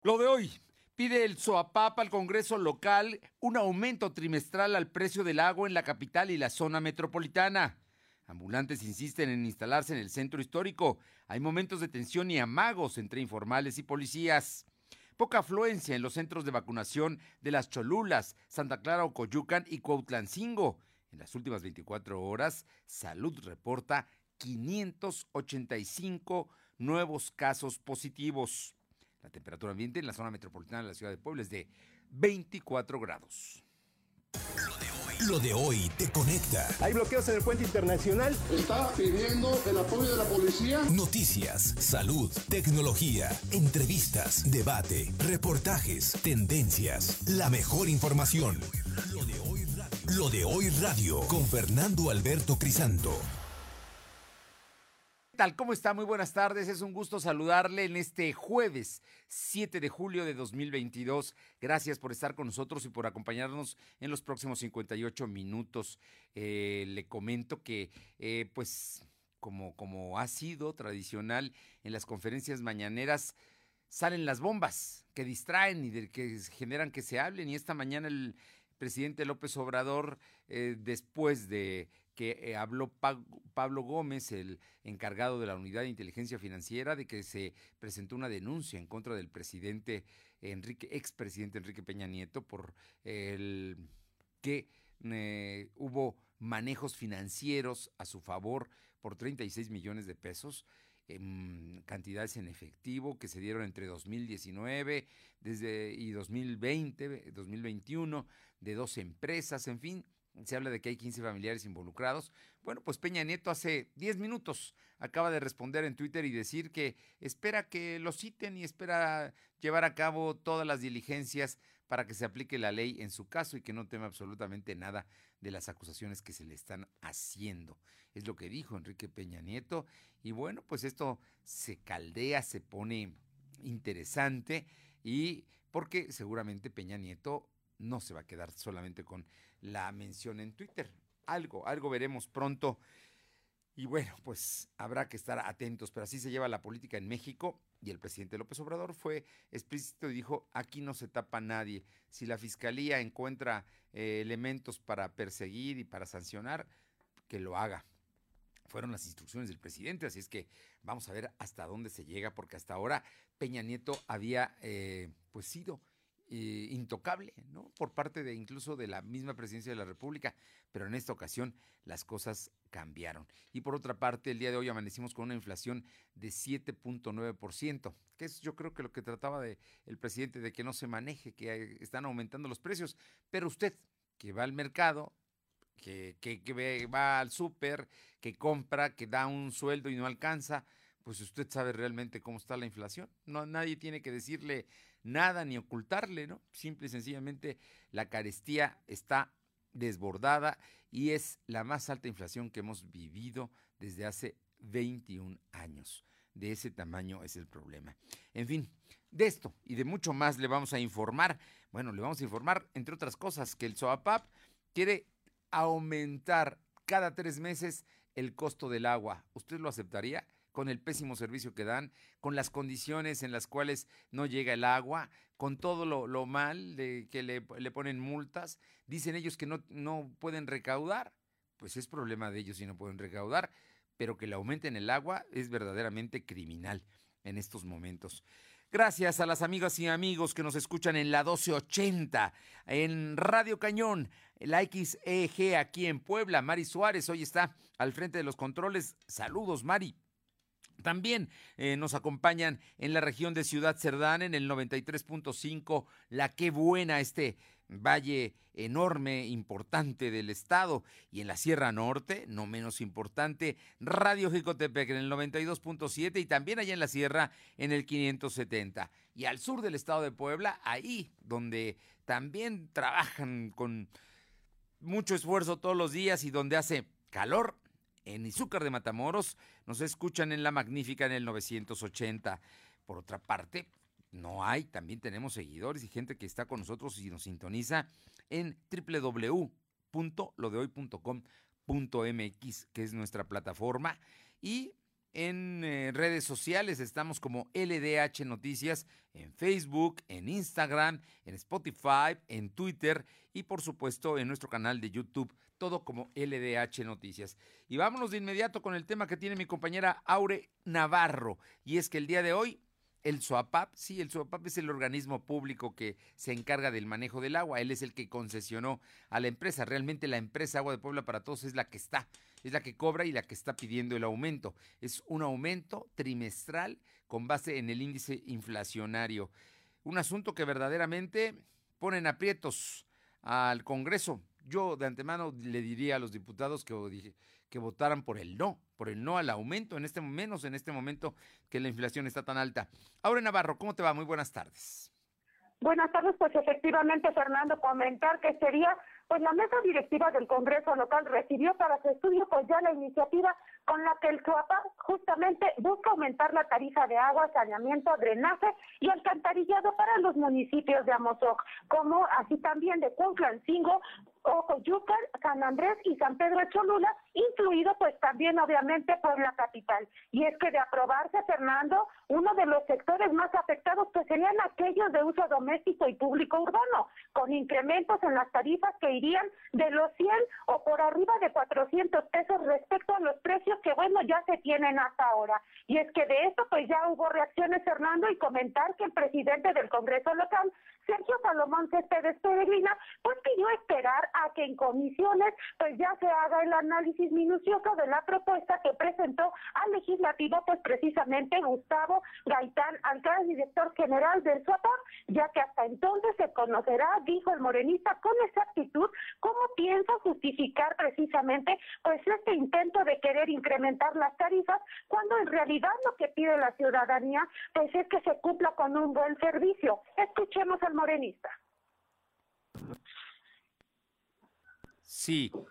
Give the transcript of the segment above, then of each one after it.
Lo de hoy. Pide el SOAPAP al Congreso local un aumento trimestral al precio del agua en la capital y la zona metropolitana. Ambulantes insisten en instalarse en el centro histórico. Hay momentos de tensión y amagos entre informales y policías. Poca afluencia en los centros de vacunación de Las Cholulas, Santa Clara Ocoyucan y Cuautlancingo. En las últimas 24 horas, Salud reporta 585 nuevos casos positivos. La temperatura ambiente en la zona metropolitana de la ciudad de Puebla es de 24 grados. Lo de hoy te conecta. Hay bloqueos en el puente internacional. Está pidiendo el apoyo de la policía. Noticias, salud, tecnología, entrevistas, debate, reportajes, tendencias, la mejor información. Lo de hoy radio con Fernando Alberto Crisanto. ¿Qué tal? ¿Cómo está? Muy buenas tardes. Es un gusto saludarle en este jueves 7 de julio de 2022. Gracias por estar con nosotros y por acompañarnos en los próximos 58 minutos. Le comento que, pues, como ha sido tradicional en las conferencias mañaneras, salen las bombas que distraen y que generan que se hablen. Y esta mañana el presidente López Obrador, después de que habló Pablo Gómez, el encargado de la Unidad de Inteligencia Financiera, de que se presentó una denuncia en contra del expresidente Enrique Peña Nieto por el que hubo manejos financieros a su favor por 36 millones de pesos, cantidades en efectivo que se dieron entre 2019 y 2021 de dos empresas, en fin. Se habla de que hay 15 familiares involucrados. Bueno, pues Peña Nieto hace 10 minutos acaba de responder en Twitter y decir que espera que lo citen y espera llevar a cabo todas las diligencias para que se aplique la ley en su caso y que no teme absolutamente nada de las acusaciones que se le están haciendo. Es lo que dijo Enrique Peña Nieto. Y bueno, pues esto se caldea, se pone interesante y porque seguramente Peña Nieto no se va a quedar solamente con la mención en Twitter. Algo veremos pronto. Y bueno, pues habrá que estar atentos, pero así se lleva la política en México. Y el presidente López Obrador fue explícito y dijo, aquí no se tapa nadie. Si la fiscalía encuentra elementos para perseguir y para sancionar, que lo haga. Fueron las instrucciones del presidente, así es que vamos a ver hasta dónde se llega, porque hasta ahora Peña Nieto había pues sido intocable, ¿no? Por parte de incluso de la misma presidencia de la República, pero en esta ocasión las cosas cambiaron. Y por otra parte, el día de hoy amanecimos con una inflación de 7.9%, que es yo creo que lo que trataba de el presidente, de que no se maneje, que están aumentando los precios, pero usted que va al mercado, que va al súper, que compra, que da un sueldo y no alcanza, pues usted sabe realmente cómo está la inflación. No, nadie tiene que decirle nada ni ocultarle, ¿no? Simple y sencillamente la carestía está desbordada y es la más alta inflación que hemos vivido desde hace 21 años. De ese tamaño es el problema. En fin, de esto y de mucho más le vamos a informar. Bueno, le vamos a informar, entre otras cosas, que el SOAPAP quiere aumentar cada 3 meses el costo del agua. ¿Usted lo aceptaría? Con el pésimo servicio que dan, con las condiciones en las cuales no llega el agua, con todo lo mal de que le ponen multas. Dicen ellos que no pueden recaudar, pues es problema de ellos si no pueden recaudar, pero que le aumenten el agua es verdaderamente criminal en estos momentos. Gracias a las amigas y amigos que nos escuchan en la 1280, en Radio Cañón, la XEG aquí en Puebla. Mari Suárez hoy está al frente de los controles. Saludos, Mari. También nos acompañan en la región de Ciudad Cerdán en el 93.5, La Qué Buena, este valle enorme, importante del estado, y en la Sierra Norte, no menos importante, Radio Jicotepec en el 92.7 y también allá en la Sierra en el 570. Y al sur del estado de Puebla, ahí donde también trabajan con mucho esfuerzo todos los días y donde hace calor, en Izúcar de Matamoros, nos escuchan en La Magnífica en el 980. Por otra parte, también tenemos seguidores y gente que está con nosotros y nos sintoniza en www.lodehoy.com.mx, que es nuestra plataforma. Y en redes sociales, estamos como LDH Noticias, en Facebook, en Instagram, en Spotify, en Twitter y por supuesto en nuestro canal de YouTube, todo como LDH Noticias. Y vámonos de inmediato con el tema que tiene mi compañera Aure Navarro, y es que el día de hoy el SOAPAP, sí, el SOAPAP es el organismo público que se encarga del manejo del agua. Él es el que concesionó a la empresa. Realmente la empresa Agua de Puebla para Todos es la que cobra y la que está pidiendo el aumento. Es un aumento trimestral con base en el índice inflacionario. Un asunto que verdaderamente pone en aprietos al Congreso. Yo de antemano le diría a los diputados que votaran por el no al aumento, menos en este momento que la inflación está tan alta. Aure Navarro, ¿cómo te va? Muy buenas tardes. Buenas tardes, pues efectivamente, Fernando, comentar que sería, pues la mesa directiva del Congreso local recibió para su estudio pues ya la iniciativa con la que el SOAPAP justamente busca aumentar la tarifa de agua, saneamiento, drenaje y alcantarillado para los municipios de Amozoc, como así también de Cuautlancingo, Ocoyucan, San Andrés y San Pedro Cholula, incluido pues también obviamente Puebla Capital. Y es que de aprobarse, Fernando, uno de los sectores más afectados pues serían aquellos de uso doméstico y público urbano, con incrementos en las tarifas que irían de los 100 o por arriba de 400 pesos respecto a los precios que bueno ya se tienen hasta ahora. Y es que de esto pues ya hubo reacciones, Fernando, y comentar que el presidente del Congreso local, Sergio Salomón Céspedes Peregrina, pues pidió esperar a que en comisiones pues ya se haga el análisis minucioso de la propuesta que presentó al legislativo pues precisamente Gustavo Gaitán Alcázar, director general del SOAPAP, ya que hasta entonces se conocerá, dijo el morenista, con exactitud cómo piensa justificar precisamente pues este intento de querer incrementar las tarifas, cuando en realidad lo que pide la ciudadanía pues es que se cumpla con un buen servicio. Escuchemos al morenista. Sí.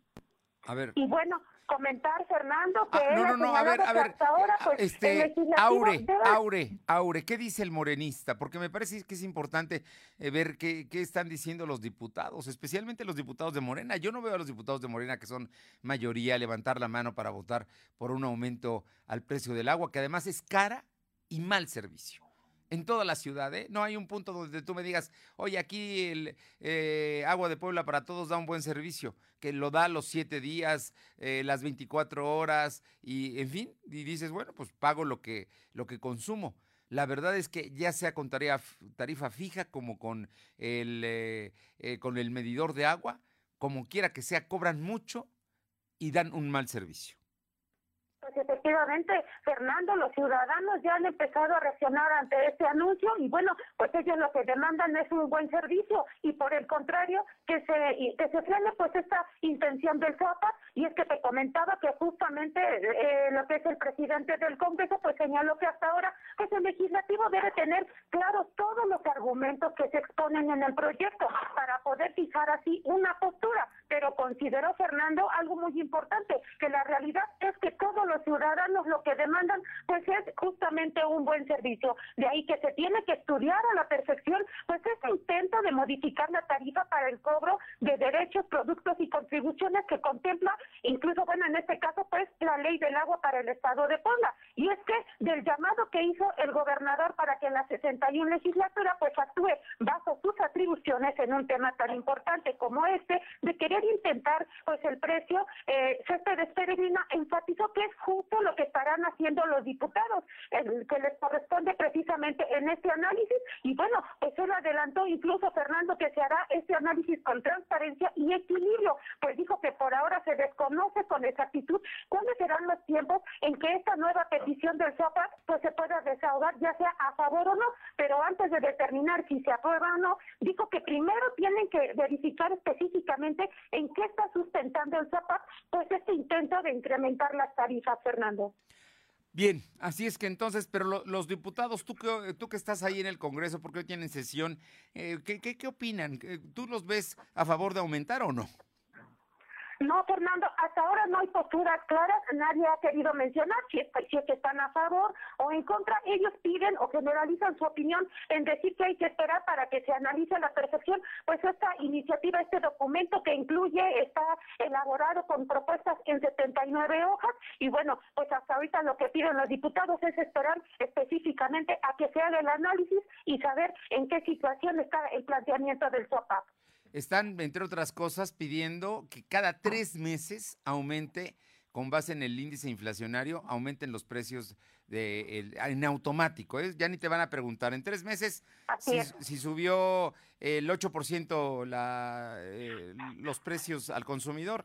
A ver. Y bueno, comentar, Fernando, que a ver, hasta ahora, pues, el legislativo Aure, ¿qué dice el morenista? Porque me parece que es importante ver qué están diciendo los diputados, especialmente los diputados de Morena. Yo no veo a los diputados de Morena, que son mayoría, levantar la mano para votar por un aumento al precio del agua, que además es cara y mal servicio. En toda la ciudad, ¿eh? No hay un punto donde tú me digas, oye, aquí el Agua de Puebla para Todos da un buen servicio, que lo da los 7 días, las 24 horas, y en fin, y dices, bueno, pues pago lo que consumo. La verdad es que ya sea con tarifa fija como con el medidor de agua, como quiera que sea, cobran mucho y dan un mal servicio. Pues efectivamente, Fernando, los ciudadanos ya han empezado a reaccionar ante este anuncio y bueno, pues ellos lo que demandan es un buen servicio y por el contrario, que se frene pues esta intención del SOAPAP. Y es que te comentaba que justamente lo que es el presidente del Congreso pues señaló que hasta ahora pues el legislativo debe tener claros todos los argumentos que se exponen en el proyecto para poder fijar así una postura, pero consideró, Fernando, algo muy importante, que la realidad es que todos los ciudadanos lo que demandan pues es justamente un buen servicio. De ahí que se tiene que estudiar a la perfección pues este intento de modificar la tarifa para el cobro de derechos, productos y contribuciones que contempla incluso, bueno, en este caso pues la ley del agua para el estado de Puebla. Y es que del llamado que hizo el gobernador para que en la 61 legislatura pues actúe bajo sus atribuciones en un tema tan importante como este, de querer intentar pues el precio, Céspedes Peregrina enfatizó que es justo lo que estarán haciendo los diputados, que les corresponde precisamente en este análisis, y bueno, pues él adelantó incluso, Fernando, que se hará este análisis con transparencia y equilibrio, pues dijo que por ahora se desconoce con exactitud cuáles serán los tiempos en que esta nueva petición del SOAPAP pues se pueda desahogar, ya sea a favor o no, pero antes de determinar si se aprueba o no, dijo que primero tienen que verificar específicamente en qué está sustentando el SOAPAP pues este intento de incrementar las tarifas, Fernando. Bien, así es que entonces, pero los diputados, tú que estás ahí en el Congreso, porque hoy tienen sesión, ¿qué opinan? ¿Tú los ves a favor de aumentar o no? No, Fernando, hasta ahora no hay posturas claras, nadie ha querido mencionar si es que están a favor o en contra. Ellos piden o generalizan su opinión en decir que hay que esperar para que se analice a la perfección, pues esta iniciativa, este documento que incluye, está elaborado con propuestas en 79 hojas, y bueno, pues hasta ahorita lo que piden los diputados es esperar específicamente a que se haga el análisis y saber en qué situación está el planteamiento del SOAPAP. Están, entre otras cosas, pidiendo que cada 3 meses aumente, con base en el índice inflacionario, aumenten los precios en automático. Ya ni te van a preguntar. En 3 meses, si subió el 8% los precios al consumidor,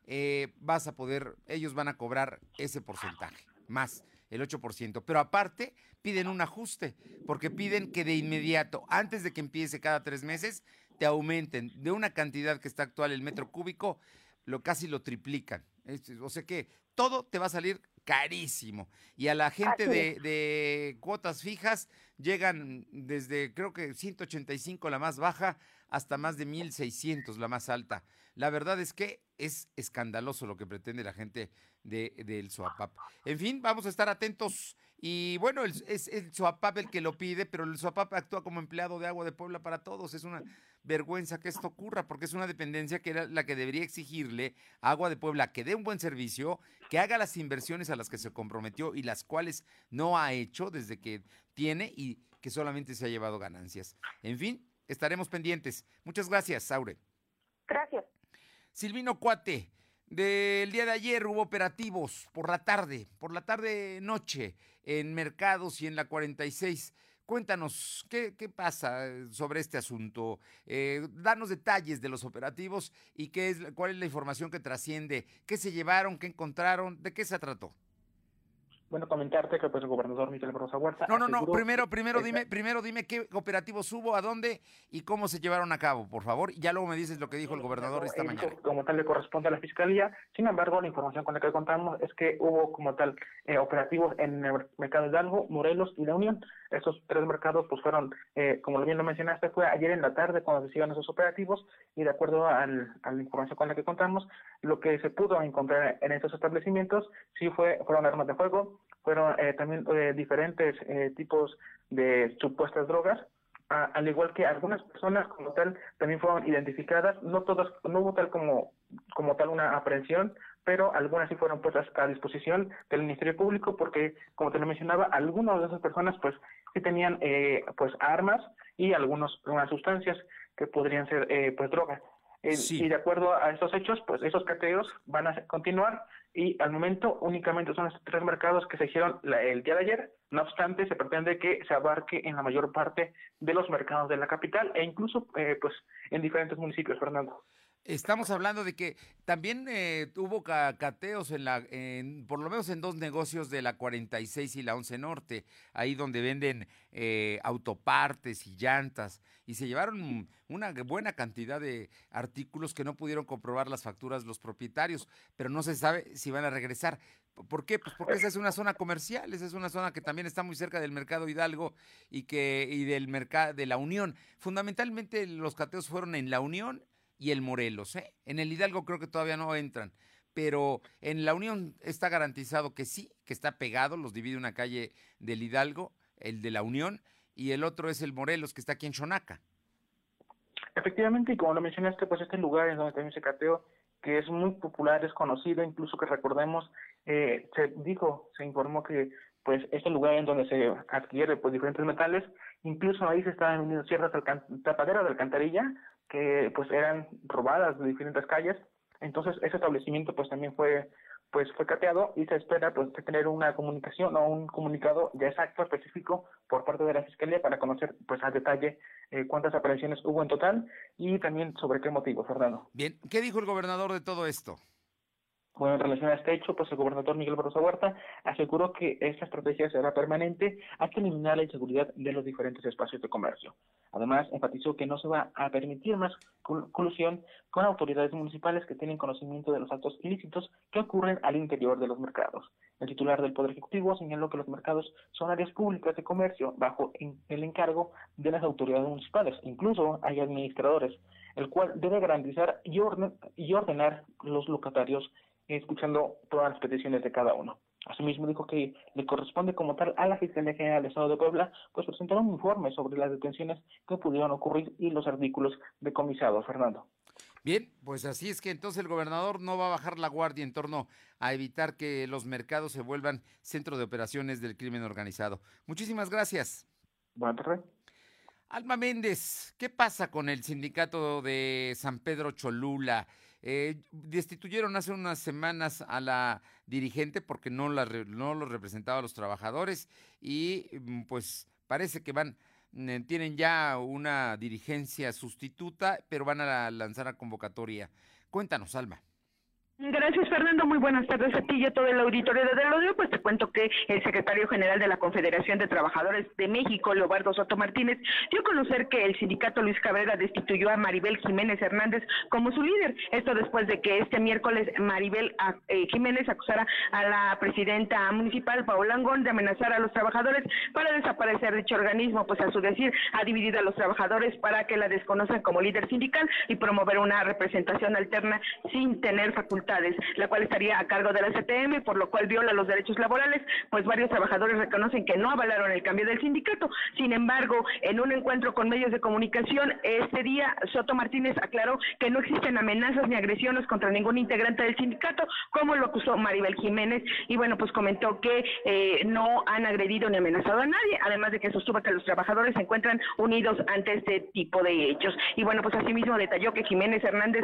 ellos van a cobrar ese porcentaje, más el 8%. Pero aparte, piden un ajuste, porque piden que de inmediato, antes de que empiece cada 3 meses, te aumenten de una cantidad que está actual el metro cúbico, casi lo triplican. O sea que todo te va a salir carísimo. Y a la gente de cuotas fijas llegan desde, creo que 185 la más baja, hasta más de 1,600 la más alta. La verdad es que es escandaloso lo que pretende la gente del SOAPAP. En fin, vamos a estar atentos. Y bueno, es el SOAPAP el que lo pide, pero el SOAPAP actúa como empleado de Agua de Puebla para Todos. Es una vergüenza que esto ocurra, porque es una dependencia que era la que debería exigirle a Agua de Puebla que dé un buen servicio, que haga las inversiones a las que se comprometió y las cuales no ha hecho desde que tiene, y que solamente se ha llevado ganancias. En fin, estaremos pendientes. Muchas gracias, Saure. Gracias. Silvino Cuate, del día de ayer hubo operativos por la tarde noche, en Mercados y en la 46. Cuéntanos, ¿qué pasa sobre este asunto? Danos detalles de los operativos y cuál es la información que trasciende. ¿Qué se llevaron? ¿Qué encontraron? ¿De qué se trató? Bueno, comentarte que pues el gobernador Miguel Barroso Huerta... No, primero dime qué operativos hubo, a dónde y cómo se llevaron a cabo, por favor, y ya luego me dices lo que dijo el gobernador esta mañana. Como tal le corresponde a la Fiscalía, sin embargo, la información con la que contamos es que hubo como tal operativos en el mercado Hidalgo, Morelos y La Unión. Estos 3 mercados pues fueron, como bien lo mencionaste, fue ayer en la tarde cuando se hicieron esos operativos, y de acuerdo a la información con la que contamos, lo que se pudo encontrar en estos establecimientos sí fueron armas de fuego, fueron también diferentes tipos de supuestas drogas, al igual que algunas personas como tal también fueron identificadas. No todas, no hubo tal como tal una aprehensión, pero algunas sí fueron puestas a disposición del Ministerio Público, porque, como te lo mencionaba, algunas de esas personas pues sí tenían pues armas y unas sustancias que podrían ser pues drogas. Sí. Y de acuerdo a estos hechos, pues esos cateos van a continuar, y al momento únicamente son estos 3 mercados que se hicieron el día de ayer. No obstante, se pretende que se abarque en la mayor parte de los mercados de la capital e incluso pues en diferentes municipios, Fernando. Estamos hablando de que también hubo cateos por lo menos en 2 negocios de la 46 y la 11 Norte, ahí donde venden autopartes y llantas, y se llevaron una buena cantidad de artículos que no pudieron comprobar las facturas los propietarios, pero no se sabe si van a regresar. ¿Por qué? Pues porque esa es una zona comercial, esa es una zona que también está muy cerca del mercado Hidalgo y del mercado de La Unión. Fundamentalmente los cateos fueron en La Unión y el Morelos, ¿eh? En el Hidalgo creo que todavía no entran, pero en La Unión está garantizado que sí, que está pegado, los divide una calle del Hidalgo, el de La Unión, y el otro es el Morelos, que está aquí en Xonaca. Efectivamente, y como lo mencionaste, pues este lugar en donde también se cateó, que es muy popular, es conocido, incluso que recordemos, se informó que pues este lugar en donde se adquiere pues diferentes metales, incluso ahí se estaban uniendo ciertas tapaderas de alcantarilla que pues eran robadas de diferentes calles. Entonces ese establecimiento pues también fue cateado, y se espera pues tener una comunicación o un comunicado ya exacto, específico por parte de la Fiscalía para conocer pues a detalle cuántas aprehensiones hubo en total y también sobre qué motivo, Fernando. Bien, ¿qué dijo el gobernador de todo esto? Bueno, en relación a este hecho, pues el gobernador Miguel Barroso Huerta aseguró que esta estrategia será permanente hasta eliminar la inseguridad de los diferentes espacios de comercio. Además, enfatizó que no se va a permitir más colusión con autoridades municipales que tienen conocimiento de los actos ilícitos que ocurren al interior de los mercados. El titular del Poder Ejecutivo señaló que los mercados son áreas públicas de comercio bajo el encargo de las autoridades municipales. Incluso hay administradores el cual debe garantizar y ordenar los locatarios, escuchando todas las peticiones de cada uno. Asimismo dijo que le corresponde como tal a la Fiscalía General del Estado de Puebla pues presentar un informe sobre las detenciones que pudieron ocurrir y los artículos decomisados, Fernando. Bien, pues así es que entonces el gobernador no va a bajar la guardia en torno a evitar que los mercados se vuelvan centro de operaciones del crimen organizado. Muchísimas gracias. Buenas tardes. Alma Méndez, ¿qué pasa con el sindicato de San Pedro Cholula? Destituyeron hace unas semanas a la dirigente porque no los representaba a los trabajadores y pues parece que tienen ya una dirigencia sustituta, pero van a lanzar a convocatoria. Cuéntanos, Alma. Gracias, Fernando. Muy buenas tardes a ti y a todo el auditorio de Del Odio. Pues te cuento que el secretario general de la Confederación de Trabajadores de México, Leobardo Soto Martínez, dio a conocer que el sindicato Luis Cabrera destituyó a Maribel Jiménez Hernández como su líder. Esto después de que este miércoles Maribel Jiménez acusara a la presidenta municipal, Paola Angón, de amenazar a los trabajadores para desaparecer dicho organismo. Pues a su decir, ha dividido a los trabajadores para que la desconozcan como líder sindical y promover una representación alterna sin tener facultades, la cual estaría a cargo de la CTM, por lo cual viola los derechos laborales, pues varios trabajadores reconocen que no avalaron el cambio del sindicato. Sin embargo, en un encuentro con medios de comunicación este día, Soto Martínez aclaró que no existen amenazas ni agresiones contra ningún integrante del sindicato, como lo acusó Maribel Jiménez, y bueno, pues comentó que no han agredido ni amenazado a nadie, además de que sostuvo que los trabajadores se encuentran unidos ante este tipo de hechos. Y bueno, pues asimismo detalló que Jiménez Hernández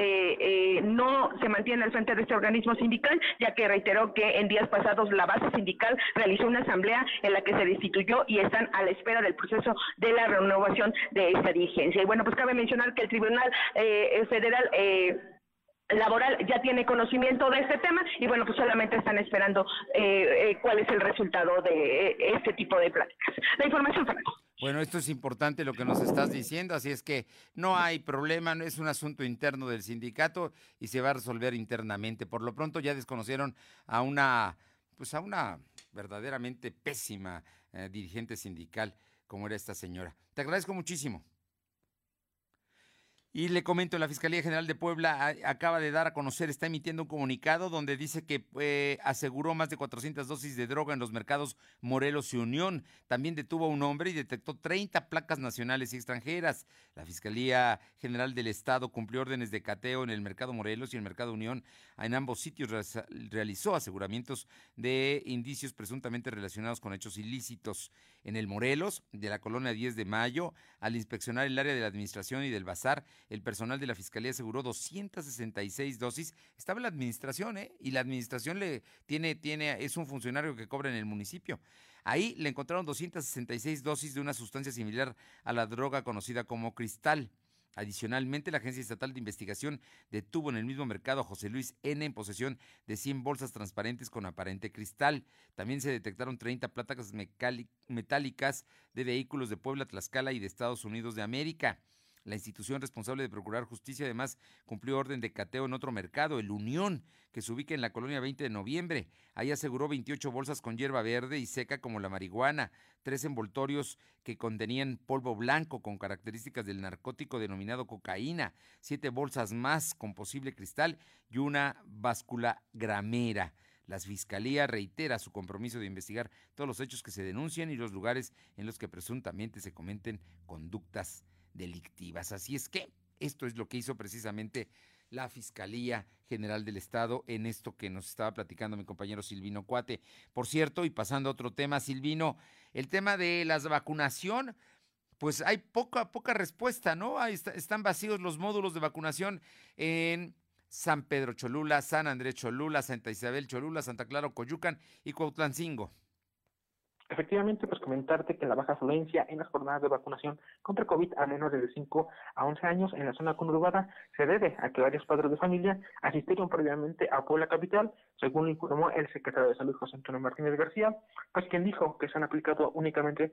no se mantiene al frente de este organismo sindical, ya que reiteró que en días pasados la base sindical realizó una asamblea en la que se destituyó y están a la espera del proceso de la renovación de esta dirigencia. Y bueno, pues cabe mencionar que el Tribunal Federal Laboral ya tiene conocimiento de este tema y bueno, pues solamente están esperando cuál es el resultado de este tipo de pláticas. La información, Fernando. Bueno, esto es importante lo que nos estás diciendo, así es que no hay problema, no es un asunto interno del sindicato y se va a resolver internamente. Por lo pronto ya desconocieron a una verdaderamente pésima dirigente sindical como era esta señora. Te agradezco muchísimo. Y le comento, la Fiscalía General de Puebla acaba de dar a conocer, está emitiendo un comunicado donde dice que aseguró más de 400 dosis de droga en los mercados Morelos y Unión. También detuvo a un hombre y detectó 30 placas nacionales y extranjeras. La Fiscalía General del Estado cumplió órdenes de cateo en el mercado Morelos y el mercado Unión. En ambos sitios realizó aseguramientos de indicios presuntamente relacionados con hechos ilícitos. En el Morelos, de la colonia 10 de Mayo, al inspeccionar el área de la administración y del bazar, el personal de la Fiscalía aseguró 266 dosis. Estaba en la administración, y la administración es un funcionario que cobra en el municipio. Ahí le encontraron 266 dosis de una sustancia similar a la droga conocida como cristal. Adicionalmente, la Agencia Estatal de Investigación detuvo en el mismo mercado a José Luis N. en posesión de 100 bolsas transparentes con aparente cristal. También se detectaron 30 placas metálicas de vehículos de Puebla, Tlaxcala y de Estados Unidos de América. La institución responsable de procurar justicia además cumplió orden de cateo en otro mercado, el Unión, que se ubica en la colonia 20 de noviembre. Ahí aseguró 28 bolsas con hierba verde y seca como la marihuana, 3 envoltorios que contenían polvo blanco con características del narcótico denominado cocaína, 7 bolsas más con posible cristal y una báscula gramera. La Fiscalía reitera su compromiso de investigar todos los hechos que se denuncian y los lugares en los que presuntamente se cometen conductas delictivas. Así es que esto es lo que hizo precisamente la Fiscalía General del Estado en esto que nos estaba platicando mi compañero Silvino Cuate. Por cierto, y pasando a otro tema, Silvino, el tema de la vacunación, pues hay poca respuesta, ¿no? Están vacíos los módulos de vacunación en San Pedro Cholula, San Andrés Cholula, Santa Isabel Cholula, Santa Clara Coyucan y Cuautlancingo. Efectivamente, pues comentarte que la baja afluencia en las jornadas de vacunación contra COVID a menores de 5 a 11 años en la zona conurbada se debe a que varios padres de familia asistieron previamente a Puebla Capital, según lo informó el secretario de Salud, José Antonio Martínez García, pues quien dijo que se han aplicado únicamente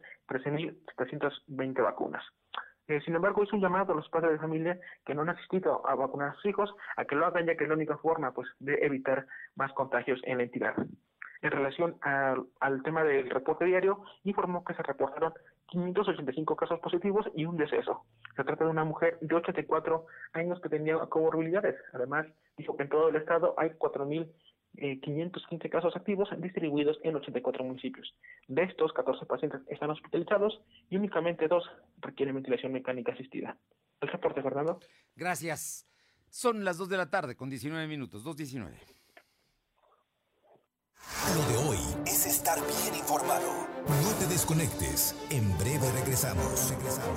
13.720 vacunas. Sin embargo, es un llamado a los padres de familia que no han asistido a vacunar a sus hijos a que lo hagan, ya que es la única forma pues de evitar más contagios en la entidad. En relación al tema del reporte diario, informó que se reportaron 585 casos positivos y un deceso. Se trata de una mujer de 84 años que tenía comorbilidades. Además, dijo que en todo el estado hay 4.515 casos activos distribuidos en 84 municipios. De estos, 14 pacientes están hospitalizados y únicamente 2 requieren ventilación mecánica asistida. El reporte, Fernando. Gracias. Son las 2 de la tarde con 19 minutos, 2:19. Lo de hoy es estar bien informado. No te desconectes. En breve regresamos.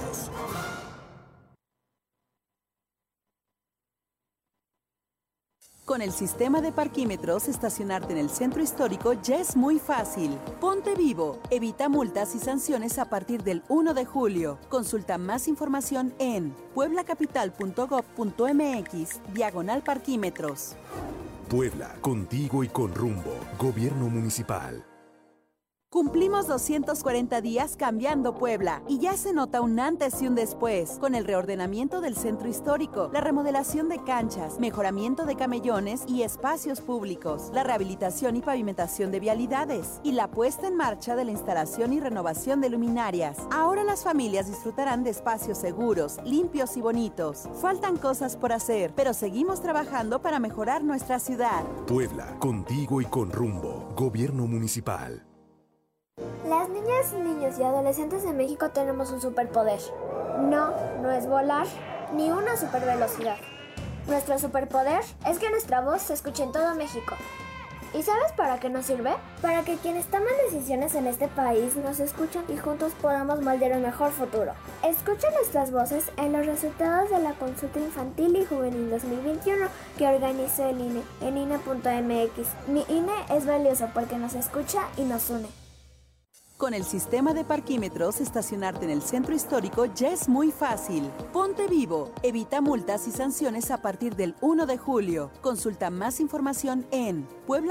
Con el sistema de parquímetros, estacionarte en el centro histórico ya es muy fácil. Ponte vivo. Evita multas y sanciones a partir del 1 de julio. Consulta más información en pueblacapital.gov.mx/parquímetros. Puebla, contigo y con rumbo. Gobierno municipal. Cumplimos 240 días cambiando Puebla y ya se nota un antes y un después con el reordenamiento del centro histórico, la remodelación de canchas, mejoramiento de camellones y espacios públicos, la rehabilitación y pavimentación de vialidades y la puesta en marcha de la instalación y renovación de luminarias. Ahora las familias disfrutarán de espacios seguros, limpios y bonitos. Faltan cosas por hacer, pero seguimos trabajando para mejorar nuestra ciudad. Puebla, contigo y con rumbo. Gobierno municipal. Las niñas, niños y adolescentes de México tenemos un superpoder. No es volar, ni una supervelocidad. Nuestro superpoder es que nuestra voz se escuche en todo México. ¿Y sabes para qué nos sirve? Para que quienes toman decisiones en este país nos escuchen y juntos podamos moldear un mejor futuro. Escucha nuestras voces en los resultados de la consulta infantil y juvenil 2021 que organizó el INE en INE.mx. Mi INE es valioso porque nos escucha y nos une. Con el sistema de parquímetros, estacionarte en el centro histórico ya es muy fácil. Ponte vivo. Evita multas y sanciones a partir del 1 de julio. Consulta más información en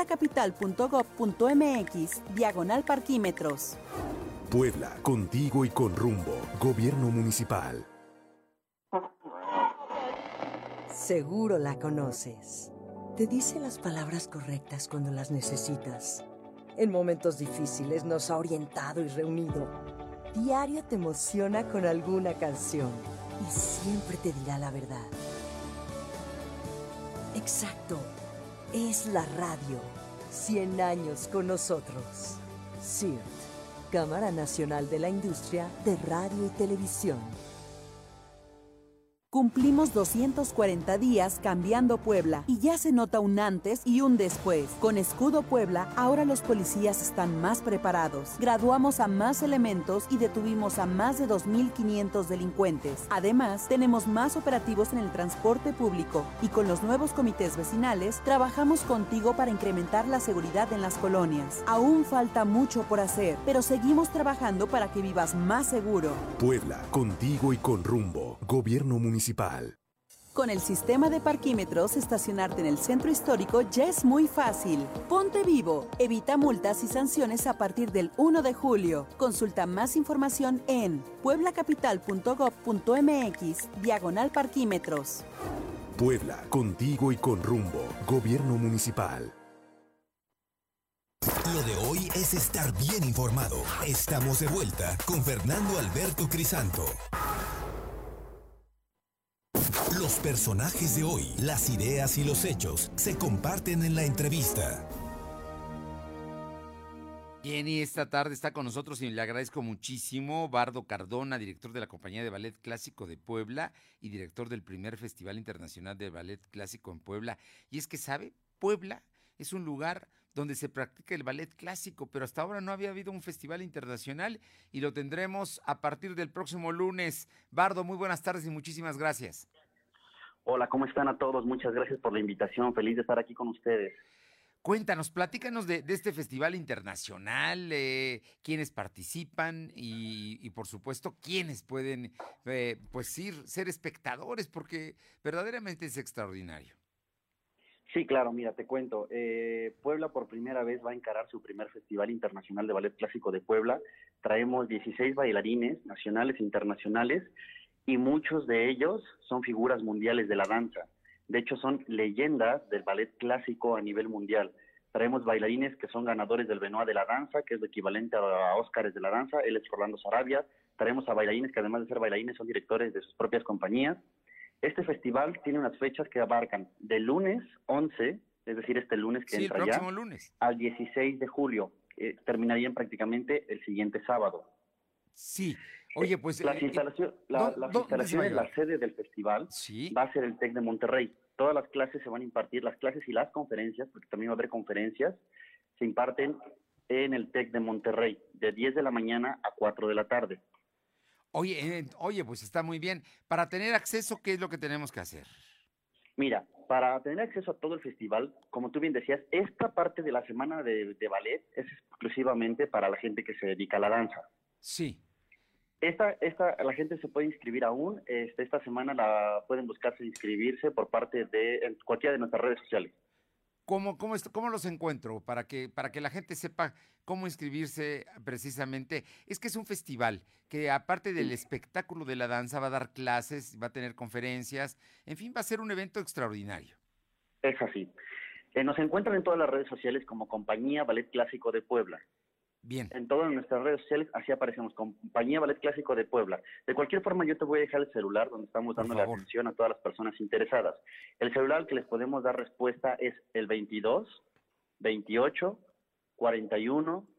pueblacapital.gov.mx/parquímetros. Puebla, contigo y con rumbo. Gobierno municipal. Seguro la conoces. Te dice las palabras correctas cuando las necesitas. En momentos difíciles nos ha orientado y reunido. Diario te emociona con alguna canción y siempre te dirá la verdad. Exacto, es la radio. 100 años con nosotros. CIRT, Cámara Nacional de la Industria de Radio y Televisión. Cumplimos 240 días cambiando Puebla y ya se nota un antes y un después. Con Escudo Puebla, ahora los policías están más preparados. Graduamos a más elementos y detuvimos a más de 2.500 delincuentes. Además, tenemos más operativos en el transporte público y con los nuevos comités vecinales, trabajamos contigo para incrementar la seguridad en las colonias. Aún falta mucho por hacer, pero seguimos trabajando para que vivas más seguro. Puebla, contigo y con rumbo. Gobierno municipal. Con el sistema de parquímetros, estacionarte en el centro histórico ya es muy fácil. Ponte vivo. Evita multas y sanciones a partir del 1 de julio. Consulta más información en pueblacapital.gov.mx/parquímetros. Puebla, contigo y con rumbo. Gobierno municipal. Lo de hoy es estar bien informado. Estamos de vuelta con Fernando Alberto Crisanto. Los personajes de hoy, las ideas y los hechos se comparten en la entrevista. Bien, y esta tarde está con nosotros y le agradezco muchísimo Bardo Cardona, director de la Compañía de Ballet Clásico de Puebla y director del primer Festival Internacional de Ballet Clásico en Puebla. Y es que, ¿sabe? Puebla es un lugar donde se practica el ballet clásico, pero hasta ahora no había habido un festival internacional y lo tendremos a partir del próximo lunes. Bardo, muy buenas tardes y muchísimas gracias. Hola, ¿cómo están a todos? Muchas gracias por la invitación. Feliz de estar aquí con ustedes. Cuéntanos, platícanos de este festival internacional, quiénes participan y por supuesto quiénes pueden pues ir, ser espectadores, porque verdaderamente es extraordinario. Sí, claro, mira, te cuento. Puebla por primera vez va a encarar su primer Festival Internacional de Ballet Clásico de Puebla. Traemos 16 bailarines nacionales e internacionales y muchos de ellos son figuras mundiales de la danza. De hecho, son leyendas del ballet clásico a nivel mundial. Traemos bailarines que son ganadores del Benoit de la danza, que es lo equivalente a Óscares de la danza. Él es Rolando Sarabia. Traemos a bailarines que además de ser bailarines son directores de sus propias compañías. Este festival tiene unas fechas que abarcan del lunes 11, es decir, este lunes que entra el ya, próximo lunes, al 16 de julio. Terminarían prácticamente el siguiente sábado. Sí. Oye, pues... las instalaciones, la sede del festival va a ser el TEC de Monterrey. Todas las clases se van a impartir, las clases y las conferencias, porque también va a haber conferencias, se imparten en el TEC de Monterrey, de 10 de la mañana a 4 de la tarde. Oye, pues está muy bien. Para tener acceso, ¿qué es lo que tenemos que hacer? Mira, para tener acceso a todo el festival, como tú bien decías, esta parte de la semana de ballet es exclusivamente para la gente que se dedica a la danza. Sí. La gente se puede inscribir aún. Esta semana la pueden buscarse inscribirse por parte de cualquiera de nuestras redes sociales. ¿Cómo los encuentro? Para que la gente sepa cómo inscribirse precisamente. Es que es un festival que aparte del espectáculo de la danza va a dar clases, va a tener conferencias, en fin, va a ser un evento extraordinario. Es así. Nos encuentran en todas las redes sociales como Compañía Ballet Clásico de Puebla. Bien. En todas nuestras redes sociales así aparecemos, Compañía Ballet Clásico de Puebla. De cualquier forma, yo te voy a dejar el celular donde estamos dando la atención a todas las personas interesadas. El celular al que les podemos dar respuesta es el 22 28 41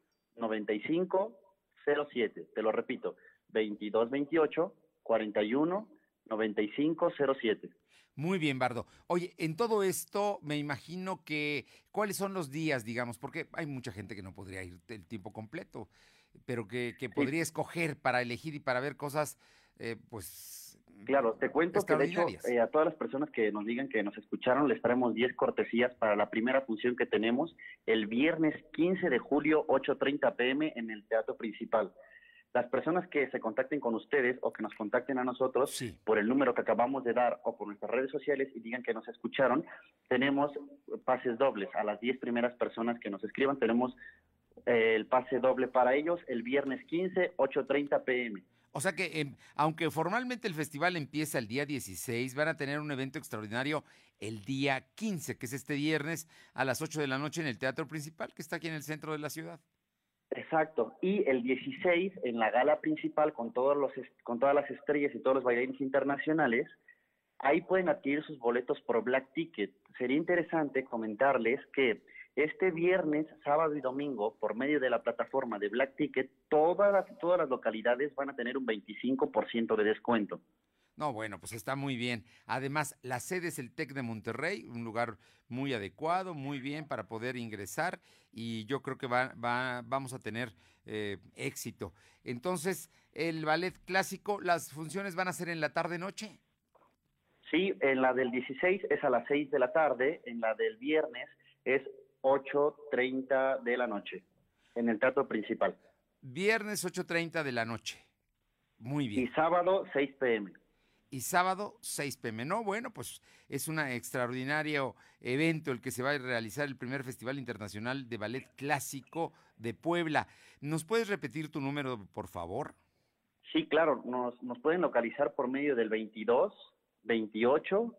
95 07. Te lo repito, 22 28 41 95 07. Muy bien, Bardo. Oye, en todo esto me imagino que, ¿cuáles son los días, digamos? Porque hay mucha gente que no podría ir el tiempo completo, pero que podría escoger para elegir y para ver cosas, pues... Claro, te cuento que de hecho a todas las personas que nos digan que nos escucharon les traemos 10 cortesías para la primera función que tenemos el viernes 15 de julio, 8:30 p.m. en el Teatro Principal. Las personas que se contacten con ustedes o que nos contacten a nosotros por el número que acabamos de dar o por nuestras redes sociales y digan que nos escucharon, tenemos pases dobles. A las 10 primeras personas que nos escriban tenemos el pase doble para ellos el viernes 15, 8:30 p.m. O sea que, aunque formalmente el festival empieza el día 16, van a tener un evento extraordinario el día 15, que es este viernes a las 8 de la noche en el Teatro Principal, que está aquí en el centro de la ciudad. Exacto, y el 16 en la gala principal con todas las estrellas y todos los bailarines internacionales, ahí pueden adquirir sus boletos por Black Ticket. Sería interesante comentarles que este viernes, sábado y domingo, por medio de la plataforma de Black Ticket, todas las localidades van a tener un 25% de descuento. No, bueno, pues está muy bien. Además, la sede es el TEC de Monterrey, un lugar muy adecuado, muy bien para poder ingresar y yo creo que vamos a tener éxito. Entonces, el ballet clásico, ¿las funciones van a ser en la tarde-noche? Sí, en la del 16 es a las 6 de la tarde, en la del viernes es 8:30 de la noche, en el Teatro Principal. Viernes 8:30 de la noche. Muy bien. Y sábado 6 p.m. Y sábado 6 p.m. No, bueno, pues es un extraordinario evento el que se va a realizar el primer Festival Internacional de Ballet Clásico de Puebla. ¿Nos puedes repetir tu número, por favor? Sí, claro, nos pueden localizar por medio del 22 28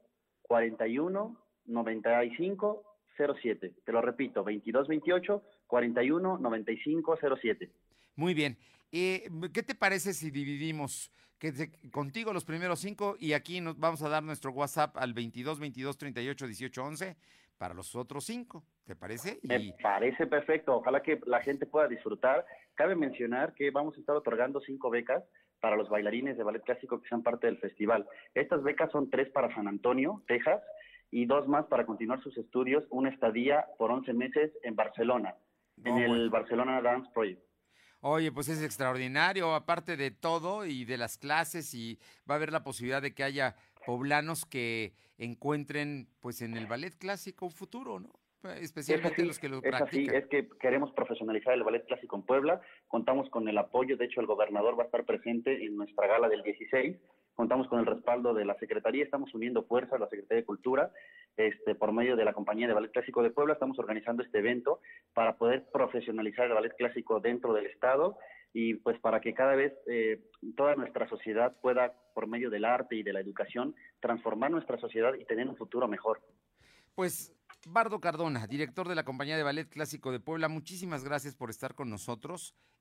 41 95 07. Te lo repito, 22 28 41 95 07. Muy bien. ¿Qué te parece si dividimos contigo los primeros 5 y aquí nos vamos a dar nuestro WhatsApp al 22 22 38 18 11 para los otros 5? ¿Te parece? Me parece perfecto. Ojalá que la gente pueda disfrutar. Cabe mencionar que vamos a estar otorgando 5 becas para los bailarines de ballet clásico que sean parte del festival. Estas becas son 3 para San Antonio, Texas, y 2 más para continuar sus estudios, una estadía por 11 meses en Barcelona, el Barcelona Dance Project. Oye, pues es extraordinario, aparte de todo y de las clases, y va a haber la posibilidad de que haya poblanos que encuentren pues en el ballet clásico un futuro, ¿no? Especialmente los que lo practican. Es que queremos profesionalizar el ballet clásico en Puebla, contamos con el apoyo, de hecho el gobernador va a estar presente en nuestra gala del 16, contamos con el respaldo de la Secretaría, estamos uniendo fuerzas, la Secretaría de Cultura, por medio de la Compañía de Ballet Clásico de Puebla, estamos organizando este evento para poder profesionalizar el ballet clásico dentro del estado y pues para que cada vez toda nuestra sociedad pueda, por medio del arte y de la educación, transformar nuestra sociedad y tener un futuro mejor. Pues Bardo Cardona, director de la Compañía de Ballet Clásico de Puebla, muchísimas gracias por estar con nosotros.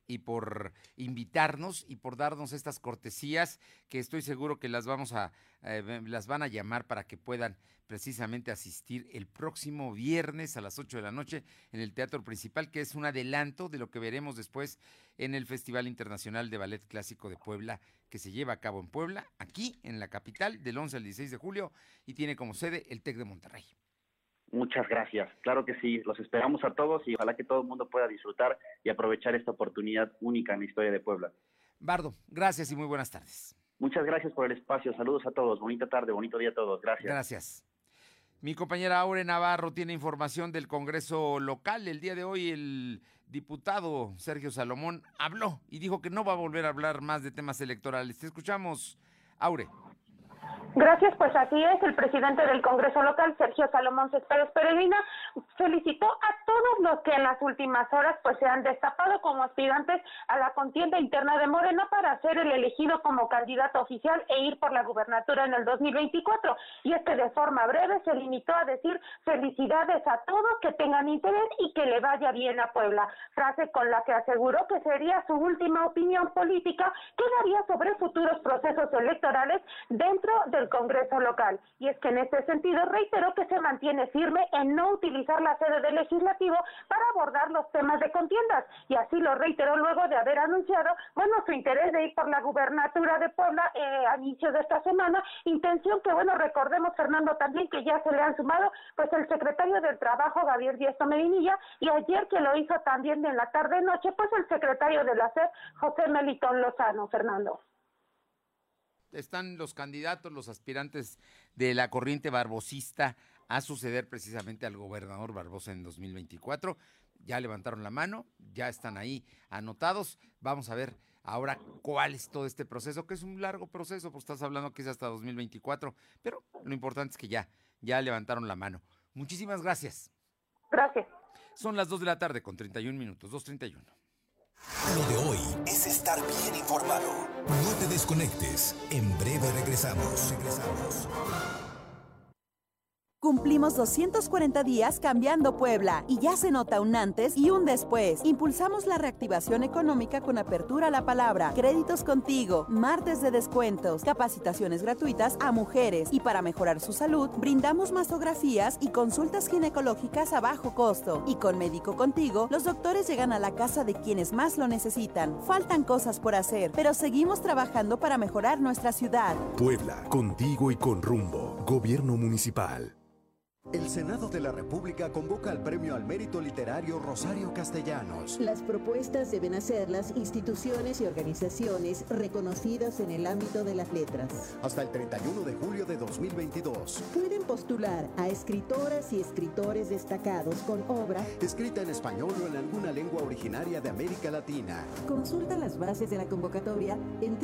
y por invitarnos y por darnos estas cortesías que estoy seguro que las van a llamar para que puedan precisamente asistir el próximo viernes a las 8 de la noche en el Teatro Principal, que es un adelanto de lo que veremos después en el Festival Internacional de Ballet Clásico de Puebla, que se lleva a cabo en Puebla, aquí en la capital, del 11 al 16 de julio, y tiene como sede el TEC de Monterrey. Muchas gracias. Claro que sí, los esperamos a todos y ojalá que todo el mundo pueda disfrutar y aprovechar esta oportunidad única en la historia de Puebla. Bardo, gracias y muy buenas tardes. Muchas gracias por el espacio. Saludos a todos. Bonita tarde, bonito día a todos. Gracias. Gracias. Mi compañera Aure Navarro tiene información del Congreso local. El día de hoy el diputado Sergio Salomón habló y dijo que no va a volver a hablar más de temas electorales. Te escuchamos, Aure. Gracias, pues así es. El presidente del Congreso local, Sergio Salomón Céspedes Peregrina, felicitó a todos los que en las últimas horas pues se han destapado como aspirantes a la contienda interna de Morena para ser el elegido como candidato oficial e ir por la gubernatura en el 2024. Y es que de forma breve se limitó a decir felicidades a todos, que tengan interés y que le vaya bien a Puebla. Frase con la que aseguró que sería su última opinión política que daría sobre futuros procesos electorales dentro del Congreso local. Y es que en este sentido reiteró que se mantiene firme en no utilizar la sede del Legislativo para abordar los temas de contiendas, y así lo reiteró luego de haber anunciado, su interés de ir por la gubernatura de Puebla a inicios de esta semana, intención que, recordemos, Fernando, también que ya se le han sumado, pues el secretario del Trabajo, Gabriel Díaz Medinilla, y ayer que lo hizo también en la tarde-noche, pues el secretario de la SED, José Melitón Lozano, Fernando. Están los candidatos, los aspirantes de la corriente barbosista a suceder precisamente al gobernador Barbosa en 2024. Ya levantaron la mano, ya están ahí anotados. Vamos a ver ahora cuál es todo este proceso, que es un largo proceso, pues estás hablando que es hasta 2024, pero lo importante es que ya levantaron la mano. Muchísimas gracias. Gracias. Son las 2 de la tarde con 31 minutos, 2:31. Lo de hoy es estar bien informado. No te desconectes. En breve regresamos. Cumplimos 240 días cambiando Puebla y ya se nota un antes y un después. Impulsamos la reactivación económica con apertura a la palabra, créditos contigo, martes de descuentos, capacitaciones gratuitas a mujeres y para mejorar su salud, brindamos mastografías y consultas ginecológicas a bajo costo. Y con Médico Contigo, los doctores llegan a la casa de quienes más lo necesitan. Faltan cosas por hacer, pero seguimos trabajando para mejorar nuestra ciudad. Puebla, contigo y con rumbo. Gobierno municipal. El Senado de la República convoca al Premio al Mérito Literario Rosario Castellanos. Las propuestas deben hacerlas instituciones y organizaciones reconocidas en el ámbito de las letras. Hasta el 31 de julio de 2022. Pueden postular a escritoras y escritores destacados con obra escrita en español o en alguna lengua originaria de América Latina. Consulta las bases de la convocatoria en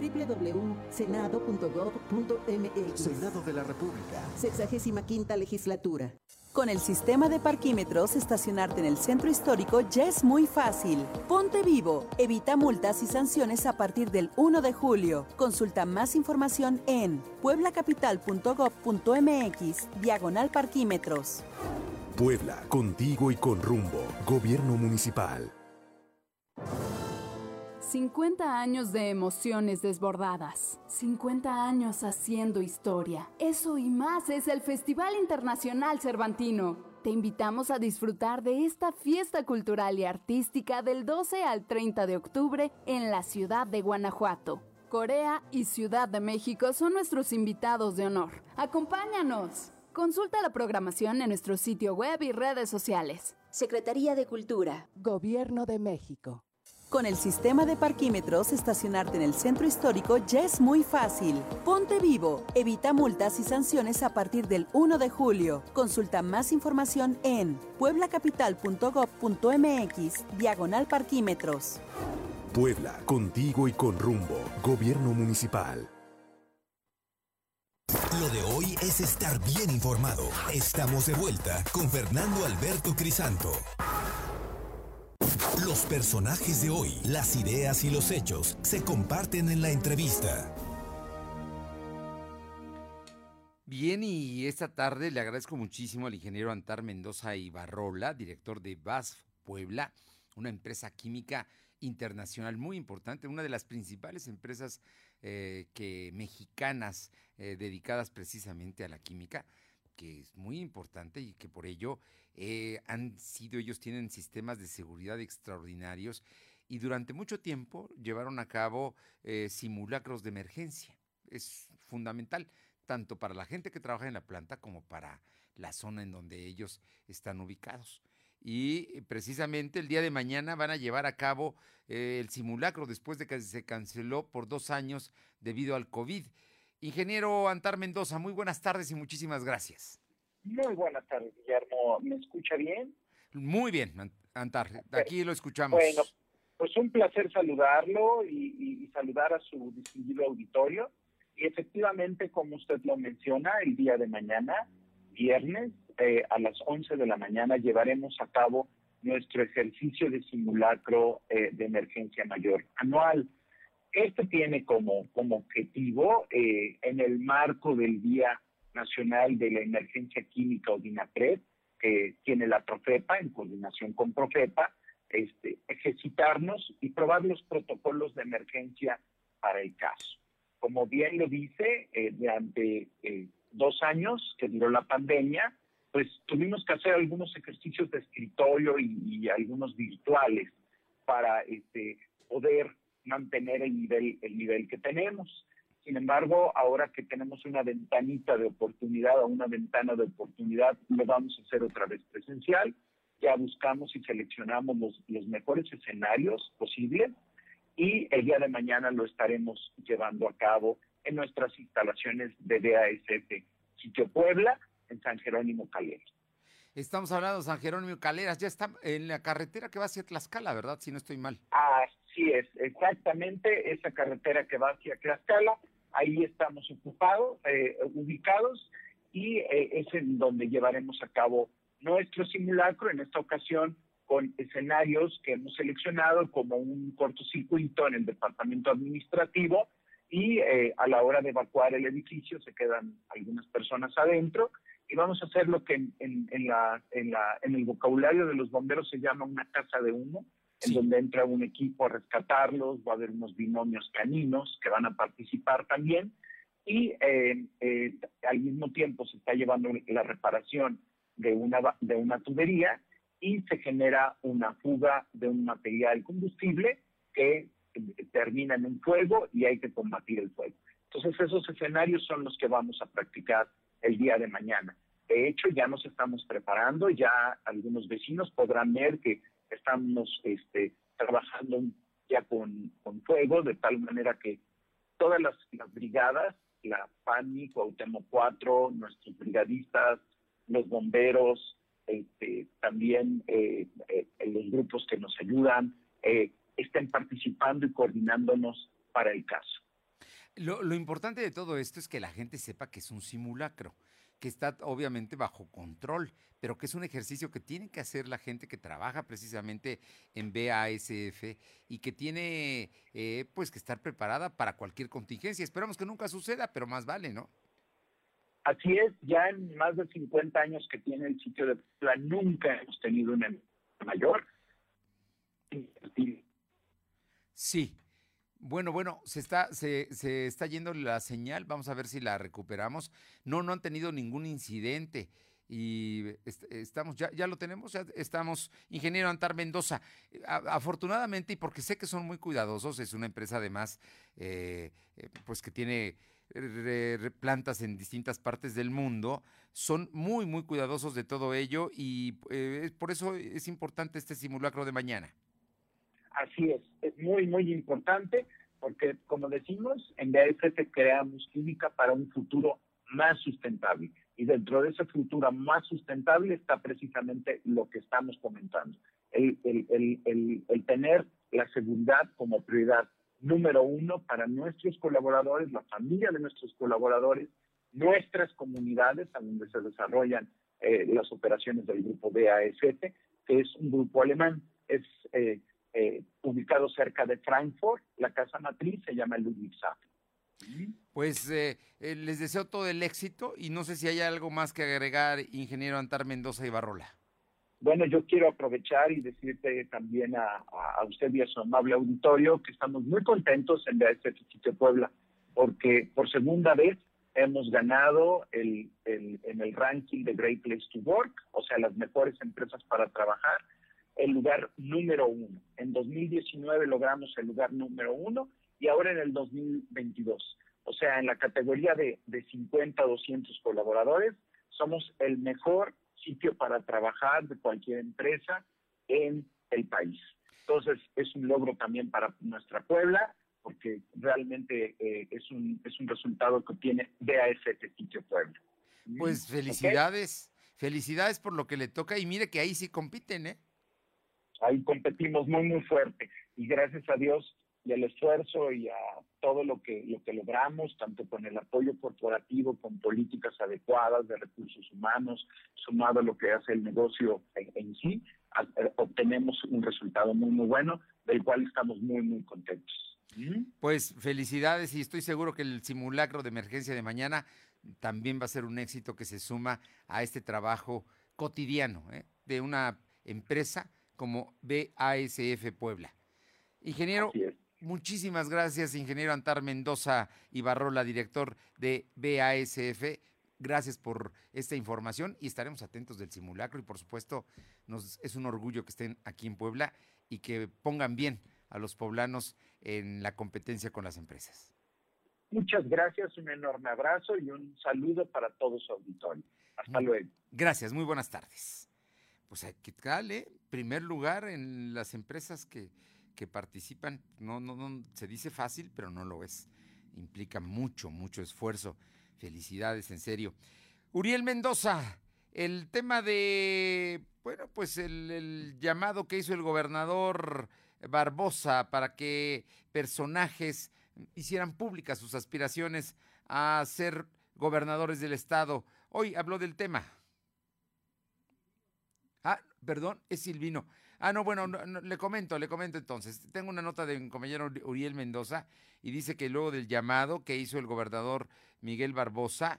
www.senado.gov.mx. Senado de la República. 65ª legislatura. Con el sistema de parquímetros, estacionarte en el centro histórico ya es muy fácil. Ponte vivo, evita multas y sanciones a partir del 1 de julio. Consulta más información en pueblacapital.gov.mx/parquímetros. Puebla, contigo y con rumbo. Gobierno municipal. 50 años de emociones desbordadas, 50 años haciendo historia. Eso y más es el Festival Internacional Cervantino. Te invitamos a disfrutar de esta fiesta cultural y artística del 12 al 30 de octubre en la ciudad de Guanajuato. Corea y Ciudad de México son nuestros invitados de honor. ¡Acompáñanos! Consulta la programación en nuestro sitio web y redes sociales. Secretaría de Cultura. Gobierno de México. Con el sistema de parquímetros, estacionarte en el centro histórico ya es muy fácil. Ponte vivo, evita multas y sanciones a partir del 1 de julio. Consulta más información en pueblacapital.gov.mx/parquímetros. Puebla, contigo y con rumbo. Gobierno municipal. Lo de hoy es estar bien informado. Estamos de vuelta con Fernando Alberto Crisanto. Los personajes de hoy, las ideas y los hechos se comparten en la entrevista. Bien, y esta tarde le agradezco muchísimo al ingeniero Antar Mendoza Ibarrola, director de BASF Puebla, una empresa química internacional muy importante, una de las principales empresas mexicanas dedicadas precisamente a la química, que es muy importante y que por ello ellos tienen sistemas de seguridad extraordinarios y durante mucho tiempo llevaron a cabo simulacros de emergencia. Es fundamental tanto para la gente que trabaja en la planta como para la zona en donde ellos están ubicados. Y precisamente el día de mañana van a llevar a cabo el simulacro después de que se canceló por 2 años debido al COVID. Ingeniero Antar Mendoza, muy buenas tardes y muchísimas gracias. Muy buenas tardes, Guillermo. ¿Me escucha bien? Muy bien, Antar, aquí lo escuchamos. Bueno, pues un placer saludarlo y saludar a su distinguido auditorio. Y efectivamente, como usted lo menciona, el día de mañana, viernes, a las 11 de la mañana, llevaremos a cabo nuestro ejercicio de simulacro de emergencia mayor anual. Este tiene como objetivo, en el marco del Día Nacional de la Emergencia Química o DINAPRED, que tiene la Profepa, en coordinación con Profepa, ejercitarnos y probar los protocolos de emergencia para el caso. Como bien lo dice, durante 2 años que duró la pandemia, pues tuvimos que hacer algunos ejercicios de escritorio y algunos virtuales para poder mantener el nivel que tenemos. Sin embargo, ahora que tenemos una ventanita de oportunidad o una ventana de oportunidad, lo vamos a hacer otra vez presencial. Ya buscamos y seleccionamos los mejores escenarios posibles y el día de mañana lo estaremos llevando a cabo en nuestras instalaciones de BASF Sitio Puebla, en San Jerónimo Caleras. Estamos hablando de San Jerónimo Caleras, ya está en la carretera que va hacia Tlaxcala, ¿verdad? Si no estoy mal. Así es, exactamente, esa carretera que va hacia Tlaxcala, ahí estamos ubicados y es en donde llevaremos a cabo nuestro simulacro, en esta ocasión con escenarios que hemos seleccionado como un cortocircuito en el departamento administrativo y a la hora de evacuar el edificio se quedan algunas personas adentro y vamos a hacer lo que en el vocabulario de los bomberos se llama una casa de humo, en donde entra un equipo a rescatarlos, va a haber unos binomios caninos que van a participar también y al mismo tiempo se está llevando la reparación de una tubería y se genera una fuga de un material combustible que termina en un fuego y hay que combatir el fuego. Entonces esos escenarios son los que vamos a practicar el día de mañana. De hecho, ya nos estamos preparando, ya algunos vecinos podrán ver que estamos trabajando ya con fuego, de tal manera que todas las brigadas, la PANI, Cuauhtémoc 4, nuestros brigadistas, los bomberos, también los grupos que nos ayudan, estén participando y coordinándonos para el caso. Lo importante de todo esto es que la gente sepa que es un simulacro, que está obviamente bajo control, pero que es un ejercicio que tiene que hacer la gente que trabaja precisamente en BASF y que tiene pues que estar preparada para cualquier contingencia. Esperamos que nunca suceda, pero más vale, ¿no? Así es, ya en más de 50 años que tiene el sitio de Puebla, nunca hemos tenido una mayor. Sí. Bueno, se está yendo la señal, vamos a ver si la recuperamos. No han tenido ningún incidente y estamos, ya lo tenemos, ya estamos. Ingeniero Antar Mendoza, afortunadamente, y porque sé que son muy cuidadosos, es una empresa además pues que tiene plantas en distintas partes del mundo, son muy, muy cuidadosos de todo ello y por eso es importante este simulacro de mañana. Así es muy, muy importante porque, como decimos, en BASF creamos química para un futuro más sustentable. Y dentro de ese futuro más sustentable está precisamente lo que estamos comentando. El tener la seguridad como prioridad número 1 para nuestros colaboradores, la familia de nuestros colaboradores, nuestras comunidades a donde se desarrollan las operaciones del grupo BASF, que es un grupo alemán, es ubicado cerca de Frankfurt, la casa matriz se llama Ludwigshafen. Pues les deseo todo el éxito y no sé si hay algo más que agregar, ingeniero Antar Mendoza Ibarrola. Bueno, yo quiero aprovechar y decirte también a usted y a su amable auditorio que estamos muy contentos en BASF Sitio Puebla, porque por segunda vez hemos ganado en el ranking de Great Place to Work, o sea, las mejores empresas para trabajar, el lugar número 1. En 2019 logramos el lugar número 1 y ahora en el 2022. O sea, en la categoría de 50 a 200 colaboradores, somos el mejor sitio para trabajar de cualquier empresa en el país. Entonces, es un logro también para nuestra Puebla, porque realmente es un resultado que tiene BASF Sitio Puebla. Pues felicidades, felicidades por lo que le toca, y mire que ahí sí compiten, ¿eh? Ahí competimos muy, muy fuerte, y gracias a Dios y al esfuerzo y a todo lo que logramos, tanto con el apoyo corporativo, con políticas adecuadas de recursos humanos, sumado a lo que hace el negocio en sí, obtenemos un resultado muy, muy bueno, del cual estamos muy, muy contentos. Pues felicidades, y estoy seguro que el simulacro de emergencia de mañana también va a ser un éxito que se suma a este trabajo cotidiano, de una empresa como BASF Puebla. Ingeniero, muchísimas gracias, ingeniero Antar Mendoza Ibarrola, director de BASF. Gracias por esta información y estaremos atentos del simulacro, y por supuesto es un orgullo que estén aquí en Puebla y que pongan bien a los poblanos en la competencia con las empresas. Muchas gracias, un enorme abrazo y un saludo para todo su auditorio. Hasta luego. Gracias, muy buenas tardes. Pues ¿qué tal, primer lugar en las empresas que participan? No se dice fácil, pero no lo es. Implica mucho esfuerzo. Felicidades, en serio. Uriel Mendoza, el tema de, bueno, pues el llamado que hizo el gobernador Barbosa para que personajes hicieran públicas sus aspiraciones a ser gobernadores del estado. Hoy habló del tema. Perdón, es Silvino. Le comento entonces. Tengo una nota de mi compañero Uriel Mendoza y dice que luego del llamado que hizo el gobernador Miguel Barbosa,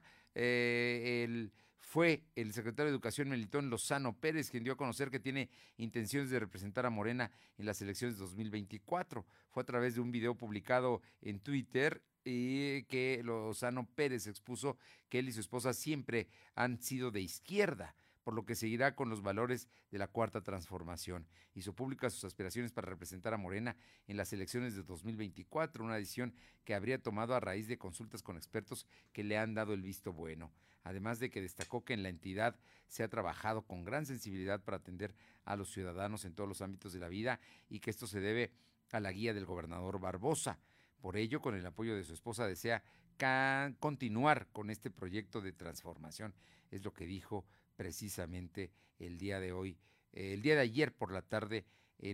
fue el secretario de Educación Melitón Lozano Pérez quien dio a conocer que tiene intenciones de representar a Morena en las elecciones de 2024. Fue a través de un video publicado en Twitter y que Lozano Pérez expuso que él y su esposa siempre han sido de izquierda, por lo que seguirá con los valores de la Cuarta Transformación. Hizo públicas sus aspiraciones para representar a Morena en las elecciones de 2024, una decisión que habría tomado a raíz de consultas con expertos que le han dado el visto bueno. Además de que destacó que en la entidad se ha trabajado con gran sensibilidad para atender a los ciudadanos en todos los ámbitos de la vida y que esto se debe a la guía del gobernador Barbosa. Por ello, con el apoyo de su esposa, desea continuar con este proyecto de transformación. Es lo que dijo precisamente el día de ayer por la tarde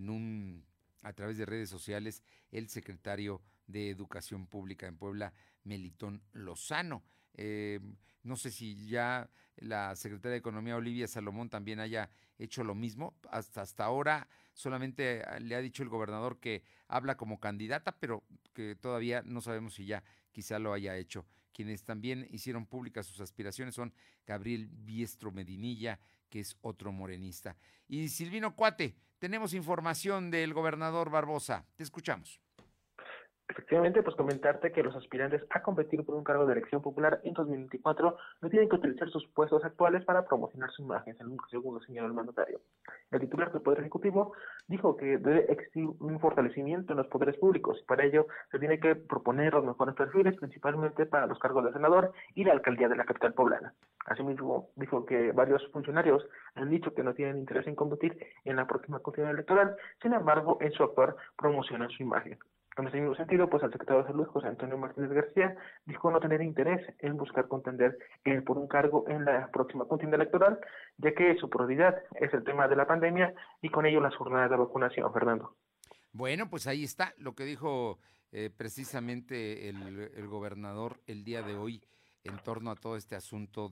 a través de redes sociales, el secretario de Educación Pública en Puebla, Melitón Lozano. No sé si ya la secretaria de Economía, Olivia Salomón, también haya hecho lo mismo. Hasta ahora solamente le ha dicho el gobernador que habla como candidata, pero que todavía no sabemos si ya quizá lo haya hecho. Quienes también hicieron públicas sus aspiraciones son Gabriel Biestro Medinilla, que es otro morenista. Y Silvino Cuate, tenemos información del gobernador Barbosa. Te escuchamos. Efectivamente, pues comentarte que los aspirantes a competir por un cargo de elección popular en 2024 no tienen que utilizar sus puestos actuales para promocionar su imagen, según lo señaló el mandatario. El titular del Poder Ejecutivo dijo que debe existir un fortalecimiento en los poderes públicos y para ello se tiene que proponer los mejores perfiles, principalmente para los cargos de senador y la alcaldía de la capital poblana. Asimismo, dijo que varios funcionarios han dicho que no tienen interés en competir en la próxima contienda electoral, sin embargo, en su actuar promocionan su imagen. En ese mismo sentido, pues el secretario de Salud, José Antonio Martínez García, dijo no tener interés en buscar contender por un cargo en la próxima contienda electoral, ya que su prioridad es el tema de la pandemia y con ello las jornadas de vacunación, Fernando. Bueno, pues ahí está lo que dijo precisamente el gobernador el día de hoy en torno a todo este asunto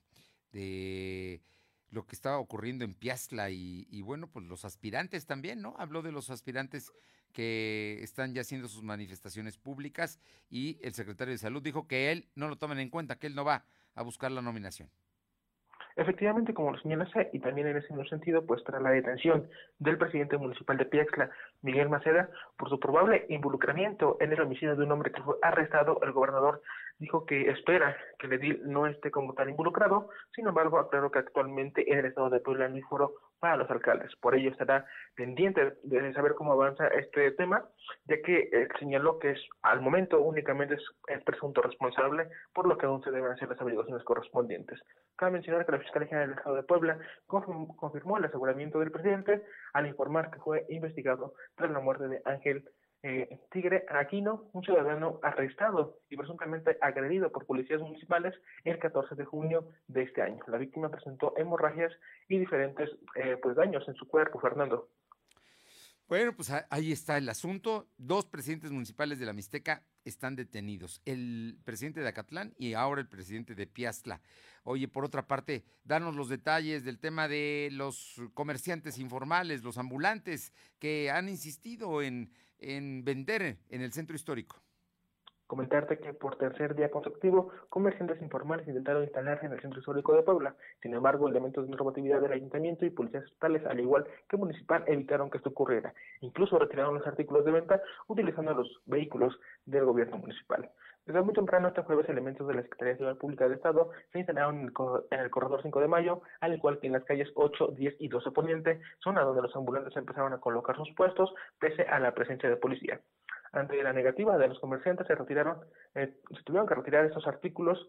de lo que estaba ocurriendo en Piazla y bueno, pues los aspirantes también, ¿no? Habló de los aspirantes que están ya haciendo sus manifestaciones públicas y el secretario de Salud dijo que él no lo tomen en cuenta, que él no va a buscar la nominación. Efectivamente, como lo señalaste, y también en ese mismo sentido, pues tras la detención del presidente municipal de Piaxtla, Miguel Maceda, por su probable involucramiento en el homicidio de un hombre que fue arrestado, el gobernador dijo que espera que el edil no esté como tal involucrado. Sin embargo, aclaró que actualmente en el estado de Puebla no hay foro para los alcaldes. Por ello estará pendiente de saber cómo avanza este tema, ya que señaló que al momento únicamente es presunto responsable, por lo que aún se deben hacer las averiguaciones correspondientes. Cabe mencionar que la Fiscalía General del Estado de Puebla confirmó el aseguramiento del presidente al informar que fue investigado tras la muerte de Ángel Tigre Aquino, un ciudadano arrestado y presuntamente agredido por policías municipales el 14 de junio de este año. La víctima presentó hemorragias y diferentes daños en su cuerpo, Fernando. Bueno, pues ahí está el asunto. 2 presidentes municipales de la Mixteca están detenidos. El presidente de Acatlán y ahora el presidente de Piaxtla. Oye, por otra parte, danos los detalles del tema de los comerciantes informales, los ambulantes que han insistido en vender en el centro histórico. Comentarte que por tercer día consecutivo, comerciantes informales intentaron instalarse en el centro histórico de Puebla. Sin embargo, elementos de normatividad del ayuntamiento y policías estatales, al igual que municipal, evitaron que esto ocurriera. Incluso retiraron los artículos de venta utilizando los vehículos del gobierno municipal. Desde muy temprano este jueves, elementos de la Secretaría de Seguridad Pública del Estado se instalaron en el corredor 5 de Mayo, al igual que en las calles 8, 10 y 12 Poniente, zona donde los ambulantes empezaron a colocar sus puestos, pese a la presencia de policía. Ante la negativa de los comerciantes, se tuvieron que retirar estos artículos,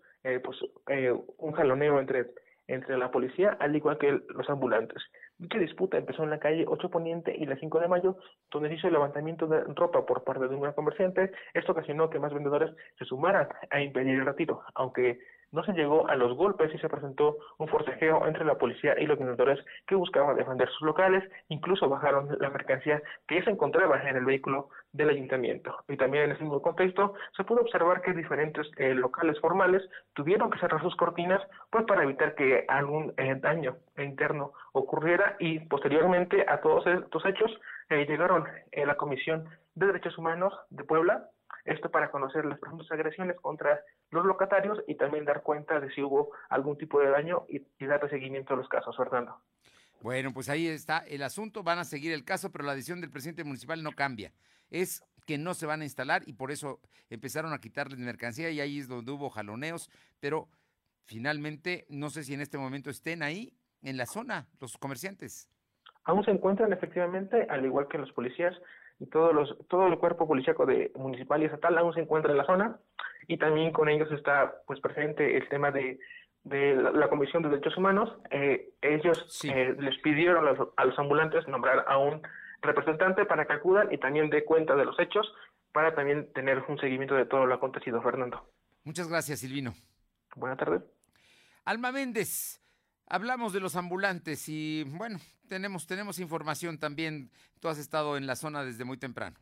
un jaloneo entre la policía, al igual que los ambulantes. Dicha disputa empezó en la calle 8 Poniente y la 5 de Mayo, donde se hizo el levantamiento de ropa por parte de un comerciante. Esto ocasionó que más vendedores se sumaran a impedir el retiro, aunque no se llegó a los golpes y se presentó un forcejeo entre la policía y los vendedores que buscaban defender sus locales. Incluso bajaron la mercancía que ya se encontraba en el vehículo del ayuntamiento. Y también en ese mismo contexto se pudo observar que diferentes locales formales tuvieron que cerrar sus cortinas pues para evitar que algún daño interno ocurriera, y posteriormente a todos estos hechos llegaron la Comisión de Derechos Humanos de Puebla, esto para conocer las presuntas agresiones contra los locatarios y también dar cuenta de si hubo algún tipo de daño y darle seguimiento a los casos, Fernando. Bueno, pues ahí está el asunto, van a seguir el caso, pero la decisión del presidente municipal no cambia. Es que no se van a instalar y por eso empezaron a quitarles mercancía y ahí es donde hubo jaloneos, pero finalmente no sé si en este momento estén ahí en la zona los comerciantes. Aún se encuentran efectivamente, al igual que los policías, y todo el cuerpo policíaco municipal y estatal aún se encuentra en la zona, y también con ellos está pues presente el tema de la Comisión de Derechos Humanos. Ellos les pidieron a los ambulantes nombrar a un representante para que acudan y también dé cuenta de los hechos, para también tener un seguimiento de todo lo acontecido, Fernando. Muchas gracias, Silvino. Buenas tardes. Alma Méndez, hablamos de los ambulantes y bueno, tenemos información también. Tú has estado en la zona desde muy temprano.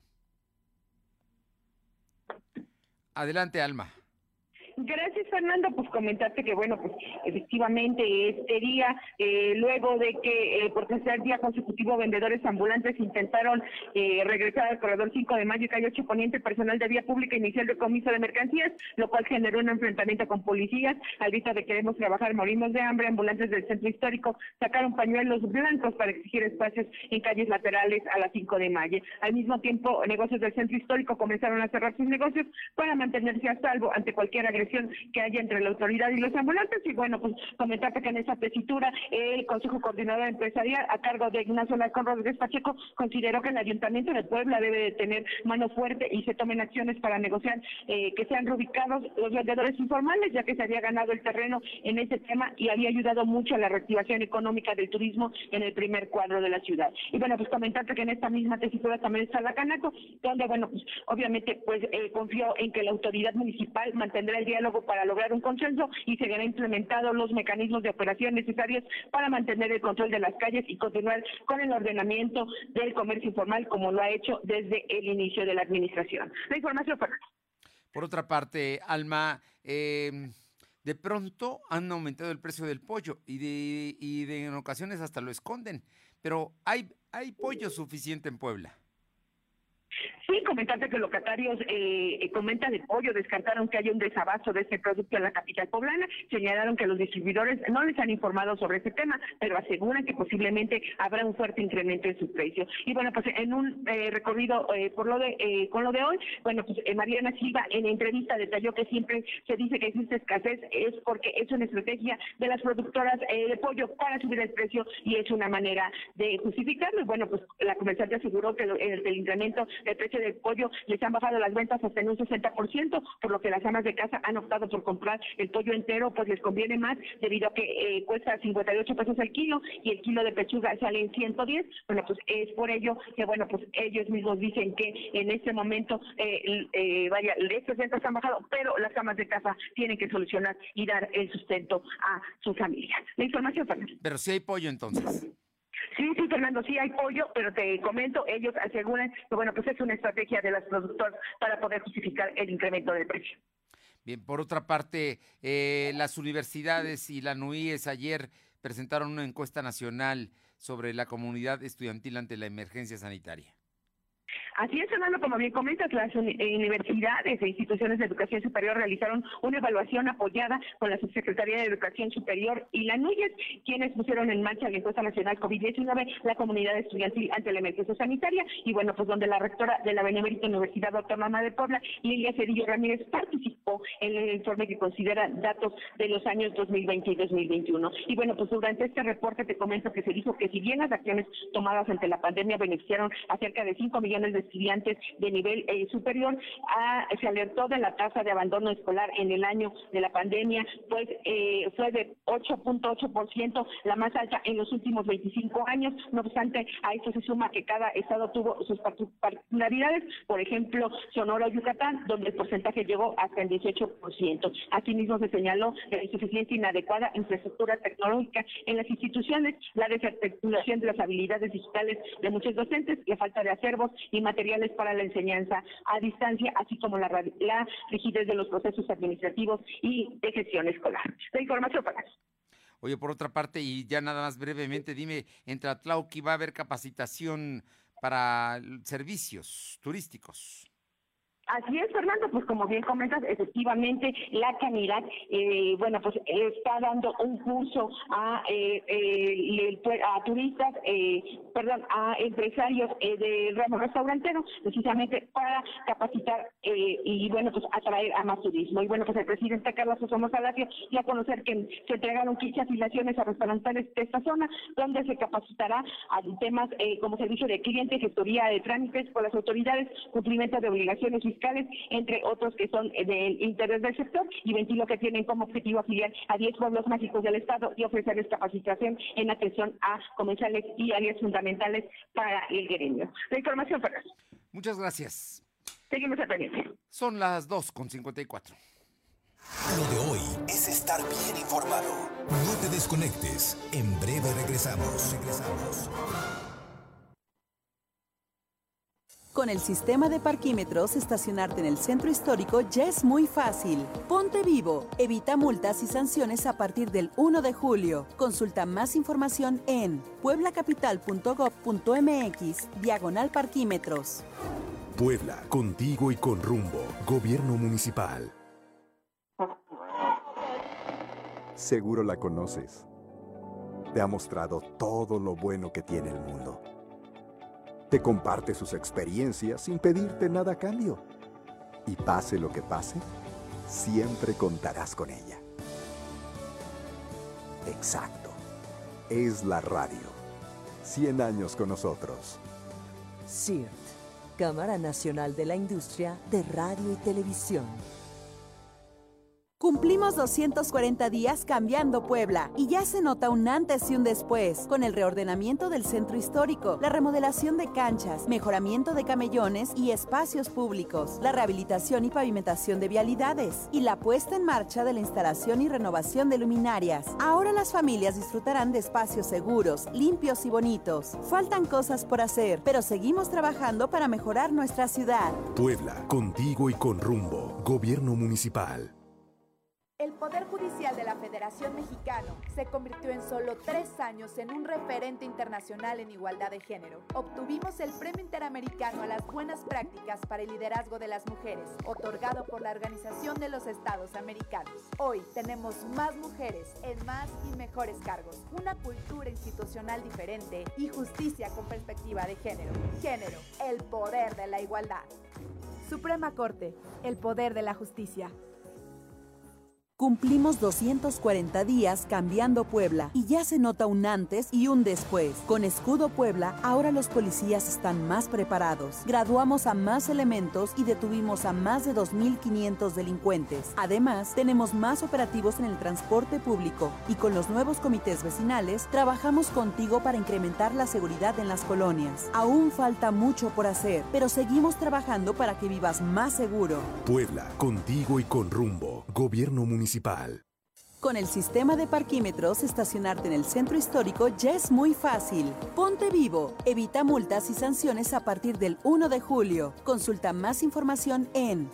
Adelante, Alma. Gracias, Fernando. Pues comentarte que, bueno, pues efectivamente este día, luego de que por tercer día consecutivo vendedores ambulantes intentaron regresar al corredor 5 de Mayo y calle 8 Poniente, personal de vía pública inició el decomiso de mercancías, lo cual generó un enfrentamiento con policías. Al grito de queremos trabajar, morimos de hambre, ambulantes del centro histórico sacaron pañuelos blancos para exigir espacios en calles laterales a las 5 de Mayo. Al mismo tiempo, negocios del centro histórico comenzaron a cerrar sus negocios para mantenerse a salvo ante cualquier agresión que haya entre la autoridad y los ambulantes. Y bueno, pues comentarte que en esa tesitura el Consejo Coordinador Empresarial a cargo de Ignacio Alarcón Rodríguez Pacheco consideró que el Ayuntamiento de Puebla debe de tener mano fuerte y se tomen acciones para negociar que sean reubicados los vendedores informales, ya que se había ganado el terreno en ese tema y había ayudado mucho a la reactivación económica del turismo en el primer cuadro de la ciudad. Y bueno, pues comentarte que en esta misma tesitura también está la Canaco, donde bueno, pues obviamente pues confió en que la autoridad municipal mantendrá el diálogo para lograr un consenso y se verán implementados los mecanismos de operación necesarios para mantener el control de las calles y continuar con el ordenamiento del comercio informal como lo ha hecho desde el inicio de la administración. La información, Fernando. Por otra parte, Alma, de pronto han aumentado el precio del pollo y en ocasiones hasta lo esconden, pero hay pollo suficiente en Puebla. Sí, comentarte que locatarios comenta de pollo descartaron que haya un desabasto de este producto en la capital poblana, señalaron que los distribuidores no les han informado sobre este tema, pero aseguran que posiblemente habrá un fuerte incremento en su precio. Y bueno, pues en un recorrido con lo de hoy, bueno, pues Mariana Silva en entrevista detalló que siempre se dice que existe escasez, es porque es una estrategia de las productoras de pollo para subir el precio y es una manera de justificarlo. Y bueno, pues la comerciante aseguró que el incremento del precio del pollo les han bajado las ventas hasta en un 60%, por lo que las amas de casa han optado por comprar el pollo entero, pues les conviene más debido a que cuesta 58 pesos el kilo y el kilo de pechuga sale en 110. Bueno, pues es por ello que, bueno, pues ellos mismos dicen que en este momento, estos ventas han bajado, pero las amas de casa tienen que solucionar y dar el sustento a su familia. La información, Fernando. Pero si hay pollo entonces. Sí, Fernando, sí hay pollo, pero te comento, ellos aseguran que, bueno, pues es una estrategia de las productoras para poder justificar el incremento del precio. Bien, por otra parte, las universidades y la NUIES ayer presentaron una encuesta nacional sobre la comunidad estudiantil ante la emergencia sanitaria. Así es, Fernando, como bien comentas, las universidades e instituciones de educación superior realizaron una evaluación apoyada con la Subsecretaría de Educación Superior y la NUYES, quienes pusieron en marcha la encuesta nacional COVID-19, la comunidad estudiantil ante la emergencia sanitaria, y bueno, pues donde la rectora de la Benemérita Universidad Autónoma de Puebla, Lilia Cedillo Ramírez, participó en el informe que considera datos de los años 2020 y 2021. Y bueno, pues durante este reporte te comento que se dijo que si bien las acciones tomadas ante la pandemia beneficiaron a cerca de 5 millones de estudiantes de nivel superior, se alertó de la tasa de abandono escolar en el año de la pandemia, pues fue de 8.8%, la más alta en los últimos 25 años. No obstante, a esto se suma que cada estado tuvo sus particularidades, por ejemplo, Sonora o Yucatán, donde el porcentaje llegó hasta el 18%. Asimismo, se señaló la insuficiente e inadecuada infraestructura tecnológica en las instituciones, la desarticulación de las habilidades digitales de muchos docentes, la falta de acervos y materiales para la enseñanza a distancia, así como la rigidez de los procesos administrativos y de gestión escolar. La información para eso. Oye, por otra parte, y ya nada más brevemente, dime, en Tlatlauqui va a haber capacitación para servicios turísticos. Así es, Fernando, pues como bien comentas, efectivamente la Canirac, bueno, pues está dando un curso a turistas, a empresarios del ramo restaurantero, precisamente para capacitar y, bueno, pues atraer a más turismo. Y bueno, pues el presidente Carlos Osomo Palacio dio a conocer que se entregaron 15 afiliaciones a restaurantes de esta zona, donde se capacitará a temas como servicio de cliente, gestoría de trámites con las autoridades, cumplimiento de obligaciones fiscales, entre otros que son del interés del sector, y ventilo que tienen como objetivo afiliar a 10 pueblos mágicos del estado y ofrecerles capacitación en atención a comensales y áreas fundamentales para el gremio. La información, Fernando. Muchas gracias. Seguimos al pendiente. Son las 2:54. Lo de hoy es estar bien informado. No te desconectes. En breve regresamos. Con el sistema de parquímetros, estacionarte en el centro histórico ya es muy fácil. Ponte vivo. Evita multas y sanciones a partir del 1 de julio. Consulta más información en pueblacapital.gov.mx/parquímetros. Puebla, contigo y con rumbo. Gobierno municipal. Seguro la conoces. Te ha mostrado todo lo bueno que tiene el mundo. Te comparte sus experiencias sin pedirte nada a cambio. Y pase lo que pase, siempre contarás con ella. Exacto. Es la radio. 100 años con nosotros. CIRT, Cámara Nacional de la Industria de Radio y Televisión. Cumplimos 240 días cambiando Puebla y ya se nota un antes y un después con el reordenamiento del centro histórico, la remodelación de canchas, mejoramiento de camellones y espacios públicos, la rehabilitación y pavimentación de vialidades y la puesta en marcha de la instalación y renovación de luminarias. Ahora las familias disfrutarán de espacios seguros, limpios y bonitos. Faltan cosas por hacer, pero seguimos trabajando para mejorar nuestra ciudad. Puebla, contigo y con rumbo. Gobierno municipal. El Poder Judicial de la Federación Natación Mexicano se convirtió en solo 3 años en un referente internacional en igualdad de género. Obtuvimos el Premio Interamericano a las Buenas Prácticas para el Liderazgo de las Mujeres, otorgado por la Organización de los Estados Americanos. Hoy tenemos más mujeres en más y mejores cargos, una cultura institucional diferente y justicia con perspectiva de género. Género, el poder de la igualdad. Suprema Corte, el poder de la justicia. Cumplimos 240 días cambiando Puebla y ya se nota un antes y un después. Con Escudo Puebla, ahora los policías están más preparados. Graduamos a más elementos y detuvimos a más de 2,500 delincuentes. Además, tenemos más operativos en el transporte público y con los nuevos comités vecinales, trabajamos contigo para incrementar la seguridad en las colonias. Aún falta mucho por hacer, pero seguimos trabajando para que vivas más seguro. Puebla, contigo y con rumbo. Gobierno Municipal. Con el sistema de parquímetros, estacionarte en el centro histórico ya es muy fácil. Ponte vivo. Evita multas y sanciones a partir del 1 de julio. Consulta más información en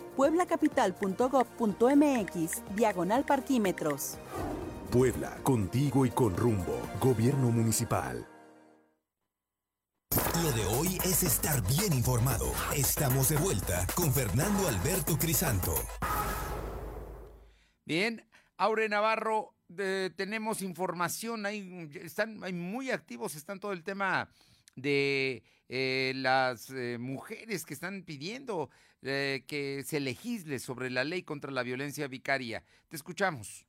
pueblacapital.gov.mx/parquímetros. Puebla, contigo y con rumbo. Gobierno Municipal. Lo de hoy es estar bien informado. Estamos de vuelta con Fernando Alberto Crisanto. Bien, Aure Navarro, tenemos información, hay muy activos, están todo el tema de las mujeres que están pidiendo que se legisle sobre la ley contra la violencia vicaria. Te escuchamos.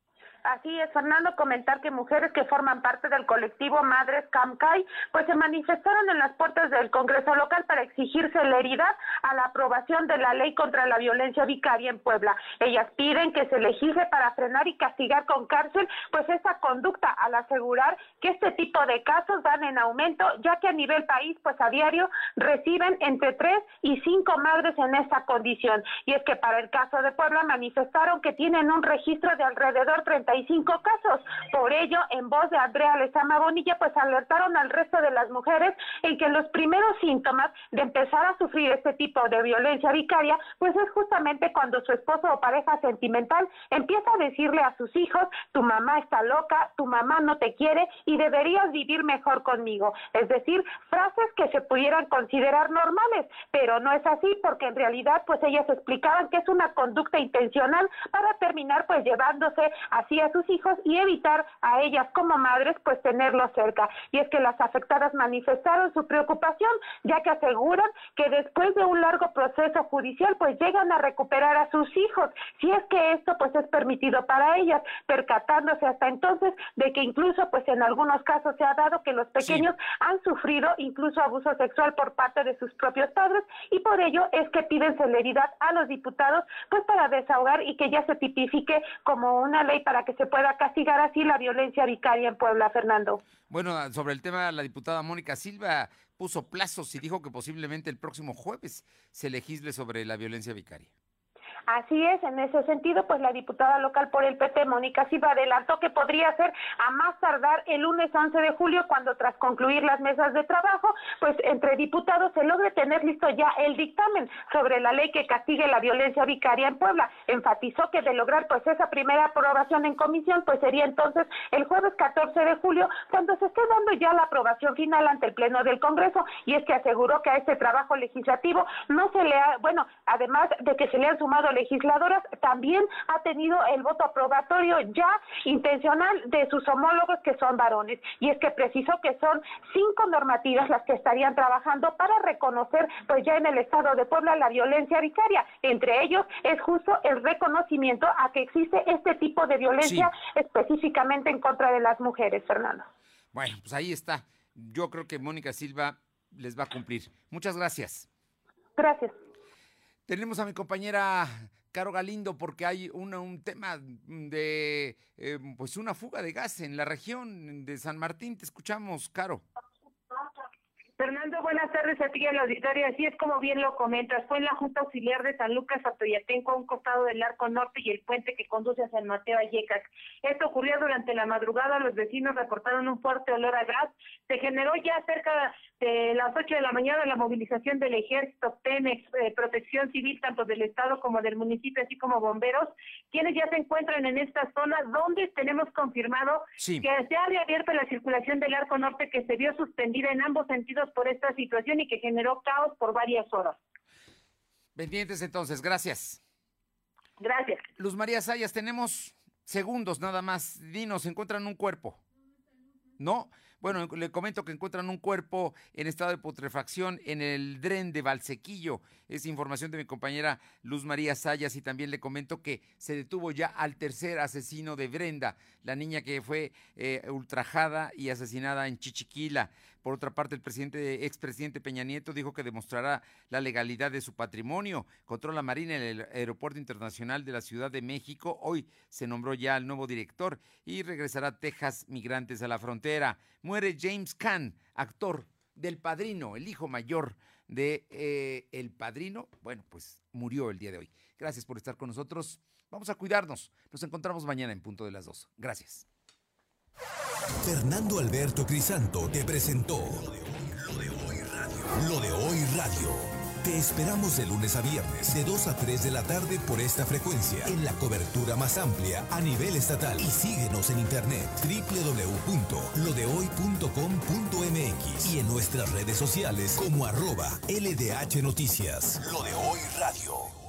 Así es, Fernando, comentar que mujeres que forman parte del colectivo Madres Camcay, pues se manifestaron en las puertas del Congreso local para exigir celeridad a la aprobación de la ley contra la violencia vicaria en Puebla. Ellas piden que se legisle para frenar y castigar con cárcel, pues esa conducta, al asegurar que este tipo de casos van en aumento, ya que a nivel país, pues a diario reciben entre 3 y 5 madres en esta condición. Y es que para el caso de Puebla manifestaron que tienen un registro de alrededor 35 casos. Por ello, en voz de Andrea Lezama Bonilla, pues alertaron al resto de las mujeres en que los primeros síntomas de empezar a sufrir este tipo de violencia vicaria, pues es justamente cuando su esposo o pareja sentimental empieza a decirle a sus hijos: tu mamá está loca, tu mamá no te quiere y deberías vivir mejor conmigo. Es decir, frases que se pudieran considerar normales, pero no es así, porque en realidad pues ellas explicaban que es una conducta intencional para terminar pues llevándose así a sus hijos y evitar a ellas como madres pues tenerlos cerca. Y es que las afectadas manifestaron su preocupación, ya que aseguran que después de un largo proceso judicial pues llegan a recuperar a sus hijos, si es que esto pues es permitido para ellas, percatándose hasta entonces de que incluso pues en algunos casos se ha dado que los pequeños han sufrido incluso abuso sexual por parte de sus propios padres, y por ello es que piden celeridad a los diputados pues para desahogar y que ya se tipifique como una ley para que se pueda castigar así la violencia vicaria en Puebla, Fernando. Bueno, sobre el tema, la diputada Mónica Silva puso plazos y dijo que posiblemente el próximo jueves se legisle sobre la violencia vicaria. Así es, en ese sentido, pues la diputada local por el PT, Mónica Silva, adelantó que podría ser a más tardar el lunes 11 de julio, cuando tras concluir las mesas de trabajo, pues entre diputados se logre tener listo ya el dictamen sobre la ley que castigue la violencia vicaria en Puebla. Enfatizó que de lograr pues esa primera aprobación en comisión, pues sería entonces el jueves 14 de julio, cuando se esté dando ya la aprobación final ante el Pleno del Congreso. Y es que aseguró que a este trabajo legislativo no se le ha, bueno, además de que se le han sumado legisladoras, también ha tenido el voto aprobatorio ya intencional de sus homólogos que son varones. Y es que precisó que son 5 normativas las que estarían trabajando para reconocer pues ya en el estado de Puebla la violencia vicaria. Entre ellos es justo el reconocimiento a que existe este tipo de violencia específicamente en contra de las mujeres, Fernando. Bueno, pues ahí está. Yo creo que Mónica Silva les va a cumplir. Muchas gracias. Gracias. Tenemos a mi compañera Caro Galindo, porque hay un tema de pues una fuga de gas en la región de San Martín. Te escuchamos, Caro. Fernando, buenas tardes a ti y al auditorio. Así es como bien lo comentas, fue en la Junta Auxiliar de San Lucas Atoyatenco, a un costado del Arco Norte y el puente que conduce a San Mateo Vallecas. Esto ocurrió durante la madrugada, los vecinos reportaron un fuerte olor a gas, se generó ya cerca de las 8 de la mañana la movilización del Ejército, Pemex, Protección Civil, tanto del Estado como del municipio, así como bomberos, quienes ya se encuentran en esta zona donde tenemos confirmado que se ha reabierto la circulación del Arco Norte, que se vio suspendida en ambos sentidos por esta situación y que generó caos por varias horas. Pendientes entonces, gracias. Gracias. Luz María Zayas, tenemos segundos nada más. Dinos, ¿encuentran un cuerpo? ¿No? Bueno, le comento que encuentran un cuerpo en estado de putrefacción en el dren de Valsequillo. Es información de mi compañera Luz María Zayas, y también le comento que se detuvo ya al tercer asesino de Brenda, la niña que fue ultrajada y asesinada en Chichiquila. Por otra parte, el expresidente Peña Nieto dijo que demostrará la legalidad de su patrimonio. Controla Marina en el Aeropuerto Internacional de la Ciudad de México. Hoy se nombró ya al nuevo director y regresará a Texas migrantes a la frontera. Muere James Caan, actor del Padrino, el hijo mayor de El Padrino. Bueno, pues murió el día de hoy. Gracias por estar con nosotros. Vamos a cuidarnos. Nos encontramos mañana en punto de las 2. Gracias. Fernando Alberto Crisanto te presentó Lo de Hoy Radio. Lo de Hoy Radio. Te esperamos de lunes a viernes, de 2 a 3 de la tarde por esta frecuencia, en la cobertura más amplia a nivel estatal. Y síguenos en internet, www.lodehoy.com.mx, y en nuestras redes sociales como @LDH Noticias. Lo de Hoy Radio.